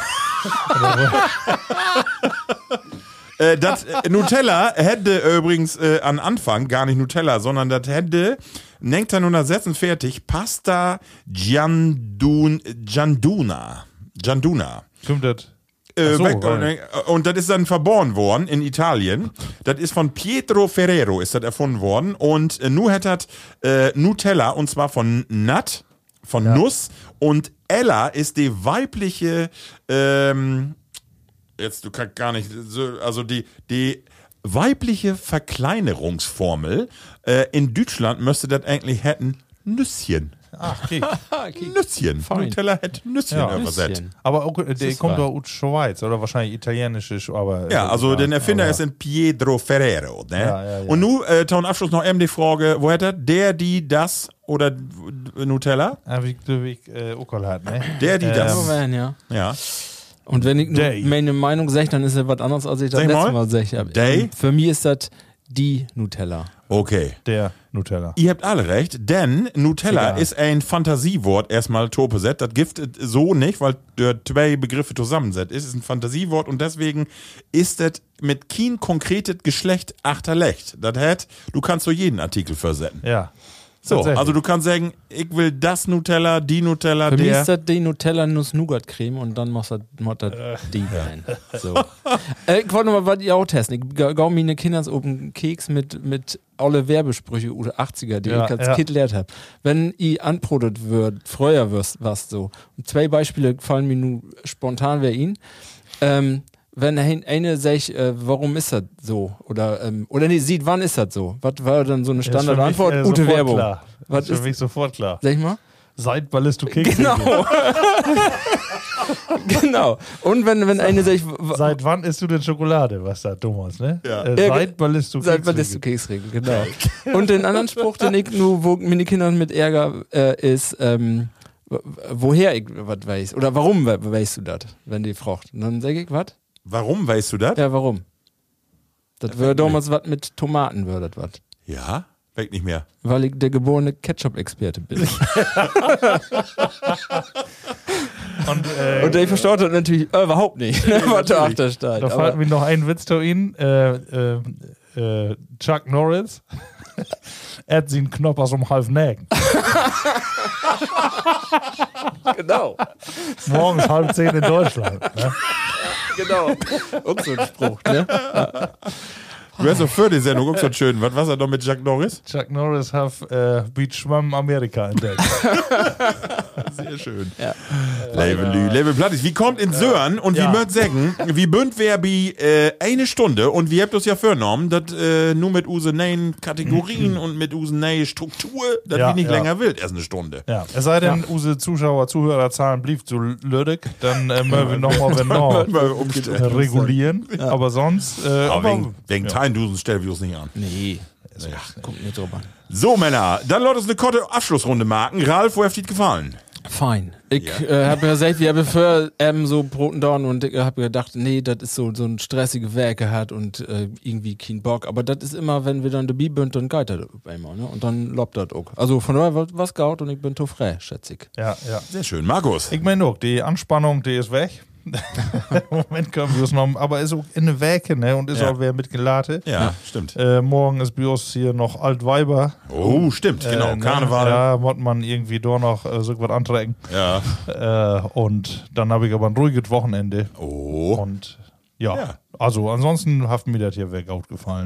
äh, das äh, Nutella hätte übrigens äh, an Anfang gar nicht Nutella, sondern das hätte neunzehnhundertsechsundvierzig Pasta Giandun, Gianduna. Gianduna. Stimmt das? Äh, Ach so, weg, weil- äh, und das ist dann verboren worden in Italien. Das ist von Pietro Ferrero ist das erfunden worden. Und äh, nu hat das äh, Nutella, und zwar von Nut, von Nuss. Und Ella ist die weibliche ähm, jetzt, du kannst gar nicht, so, also die, die weibliche Verkleinerungsformel äh, in Deutschland müsste das eigentlich hätten Nüsschen. Ach, okay. Nüsschen. Fein. Nutella hätte Nüsschen Ja. übersetzt. Nüsschen. Aber auch, äh, der ist kommt wahr. doch aus Schweiz oder wahrscheinlich italienisch, aber. Ja, also den Erfinder aber- ist ein Pietro Ferrero. Ne? Ja, ja, ja. Und nun, äh, zum Abschluss noch eben die Frage, wo hätte der, die, das oder w- Nutella? Ja, wie du wie äh, auch hat, ne? Der, die, das. So werden, ja. Ja. Und wenn ich nur Day. meine Meinung sage, dann ist es was anderes, als ich das Sag letzte mal. Mal sage. Aber Day? Für mich ist das die Nutella. Okay. Der Nutella. Ihr habt alle recht, denn Nutella Egal. ist ein Fantasiewort erstmal Topeset. Das gibt es so nicht, weil der zwei Begriffe zusammensetzt. Es ist ein Fantasiewort und deswegen ist das mit kein konkretes Geschlecht achterlecht. Das hat, du kannst so jeden Artikel versetzen. Ja. So, Tatsächlich. also du kannst sagen, ich will das Nutella, die Nutella, Für mich der. ist das die Nutella Nuss-Nougat-Creme und dann muss das, muss das die sein. So. äh, ich wollte noch mal was ihr auch testen. Ich gau mir eine Kinders oben Keks mit, mit alle Werbesprüche oder achtziger, die Ja, ich als ja. Kind gelernt habe. Wenn ihr anprodet wird, früher wirst was so. Und zwei Beispiele fallen mir nur spontan wer ihn. Ähm, wenn ein- eine sagt, äh, warum ist das so? Oder, ähm, oder nee, sieht, wann ist das so? Was war dann so eine Ist für mich, Standardantwort? äh, Gute sofort Werbung. Klar. Was ist für ist- mich sofort klar. Sag ich mal? Seit ballest du Kekse. Genau. Genau. Und wenn, wenn eine sagt, w- Seit wann isst du denn Schokolade? Was da Thomas, ne? Ja. Äh, Ja, seit ballest du Kekse. seit wann ist du Keksregel, genau. Und den anderen Spruch, den ich nur, wo meine Kinder mit Ärger äh, ist, ähm, w- woher ich was weiß. Oder warum we- weißt du das, wenn die fragt. Und dann sag ich, was? Warum weißt du das? Ja, warum? Das wäre damals was mit Tomaten, wäre das was. Ja, weg nicht mehr. Weil ich der geborene Ketchup-Experte bin. Und, äh, Und ich verstehe das natürlich äh, überhaupt nicht, ne, was da natürlich. achter steht. da Aber- fällt mir noch ein Witz zu Ihnen. Äh, äh, äh, Chuck Norris. Er hat den Knoppers um halb Nägen. Genau. Morgens halb zehn in Deutschland. Ne? Genau. Auch so ein Spruch, ne? Du hast doch für die Sendung auch so schön. Was war da doch mit Chuck Norris? Chuck Norris hat äh, Beach Schwamm Amerika entdeckt. Sehr schön. Ja. Level Lü, Level Plattis. Wie kommt in Sören und Ja. wie möcht sagen, wie bünd wer bi äh, eine Stunde und wie habt das ja vorgenommen, dass äh, nur mit unseren neuen Kategorien und mit unseren neuen Struktur, dass Ja, wie nicht ja. länger wild, erst eine Stunde. Ja, es sei denn, unsere Zuschauer, Zuhörerzahlen blieb so lüdig, dann äh, mögen wir nochmal, wenn noch, Mal umstellen. regulieren. Aber sonst, äh, Aber aber, wegen, wegen ja. Teilendusen stellen wir uns nicht an. Nee. Ja, kommt nicht drüber an. So, Männer, dann lässt uns eine kurze Abschlussrunde marken. Ralf, wo hat dir gefallen? Fein. Ich Ja. äh, habe gesagt, wir haben für ähm, so Broten down und ich habe gedacht, nee, das ist so so ein stressige Werk gehabt und äh, irgendwie kein Bock. Aber das ist immer, wenn wir dann dabei sind, dann geht das einmal, ne? Und dann lobt das auch. Also von daher war was gaut und ich bin to frei, schätze ich. Ja, ja. Sehr schön. Markus. Ich meine auch, die Anspannung, die ist weg. Im Moment können wir es noch, aber ist auch in der Werke, ne? Und ist Ja. auch wer mitgeladen. Ja, stimmt. Äh, morgen ist bei uns hier noch Altweiber. Oh, stimmt, genau. Äh, ne? Karneval. Ja, muss man irgendwie da noch äh, so was antrecken. Ja. Äh, und dann habe ich aber ein ruhiges Wochenende. Oh. Und ja, Ja. also ansonsten hat mir das hier weg gefallen.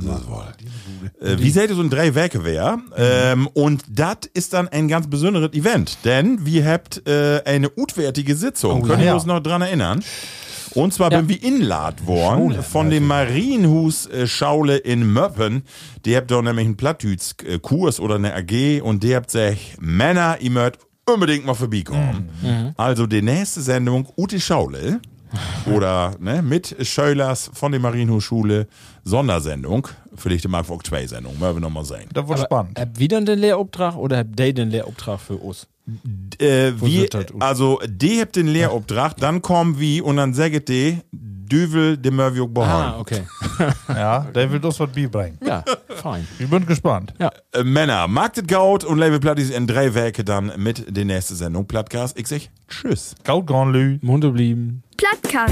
Äh, wie seht ihr so ein drei Werke wär? Ähm, und das ist dann ein ganz besonderes Event, denn wir habt äh, eine utwärtige Sitzung. Oh, Könnt ja. ihr uns noch dran erinnern? Und zwar Ja. bin wir inlad worden Schule, von dem Marienhus äh, Schaule in Möppen. Die habt doch nämlich einen Plattdütz-Kurs oder eine A G und die habt sich, Männer, ihr mögt unbedingt mal vorbeikommen. Also die nächste Sendung, Ute Schaule. Oder ne, mit Schölers von der Marienhusschule Sondersendung. Vielleicht mag auch zwei Sendungen, wollen wir nochmal sehen. Das wird spannend. Habt wir dann den Lehrauftrag oder habt ihr den Lehrauftrag für uns? Äh, wie, wird das, Ute? also, die habt den Lehrauftrag, dann kommen wir und dann sagt die, Düvel de Mörvjuk behalten. Ah, okay. Ja, der will uns was beibringen. Ja, fein. Ich bin gespannt. Ja. Äh, Männer, Marktet Gaut und Level Plattis in drei Werke dann mit der nächsten Sendung. Plattcast. Ich sag Tschüss. Gaut gone, Lü. Munde blieben. Plattkast.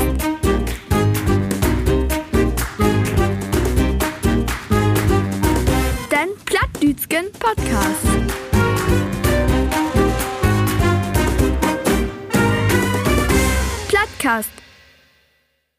Den Plattdütschen Podcast. Plattkast.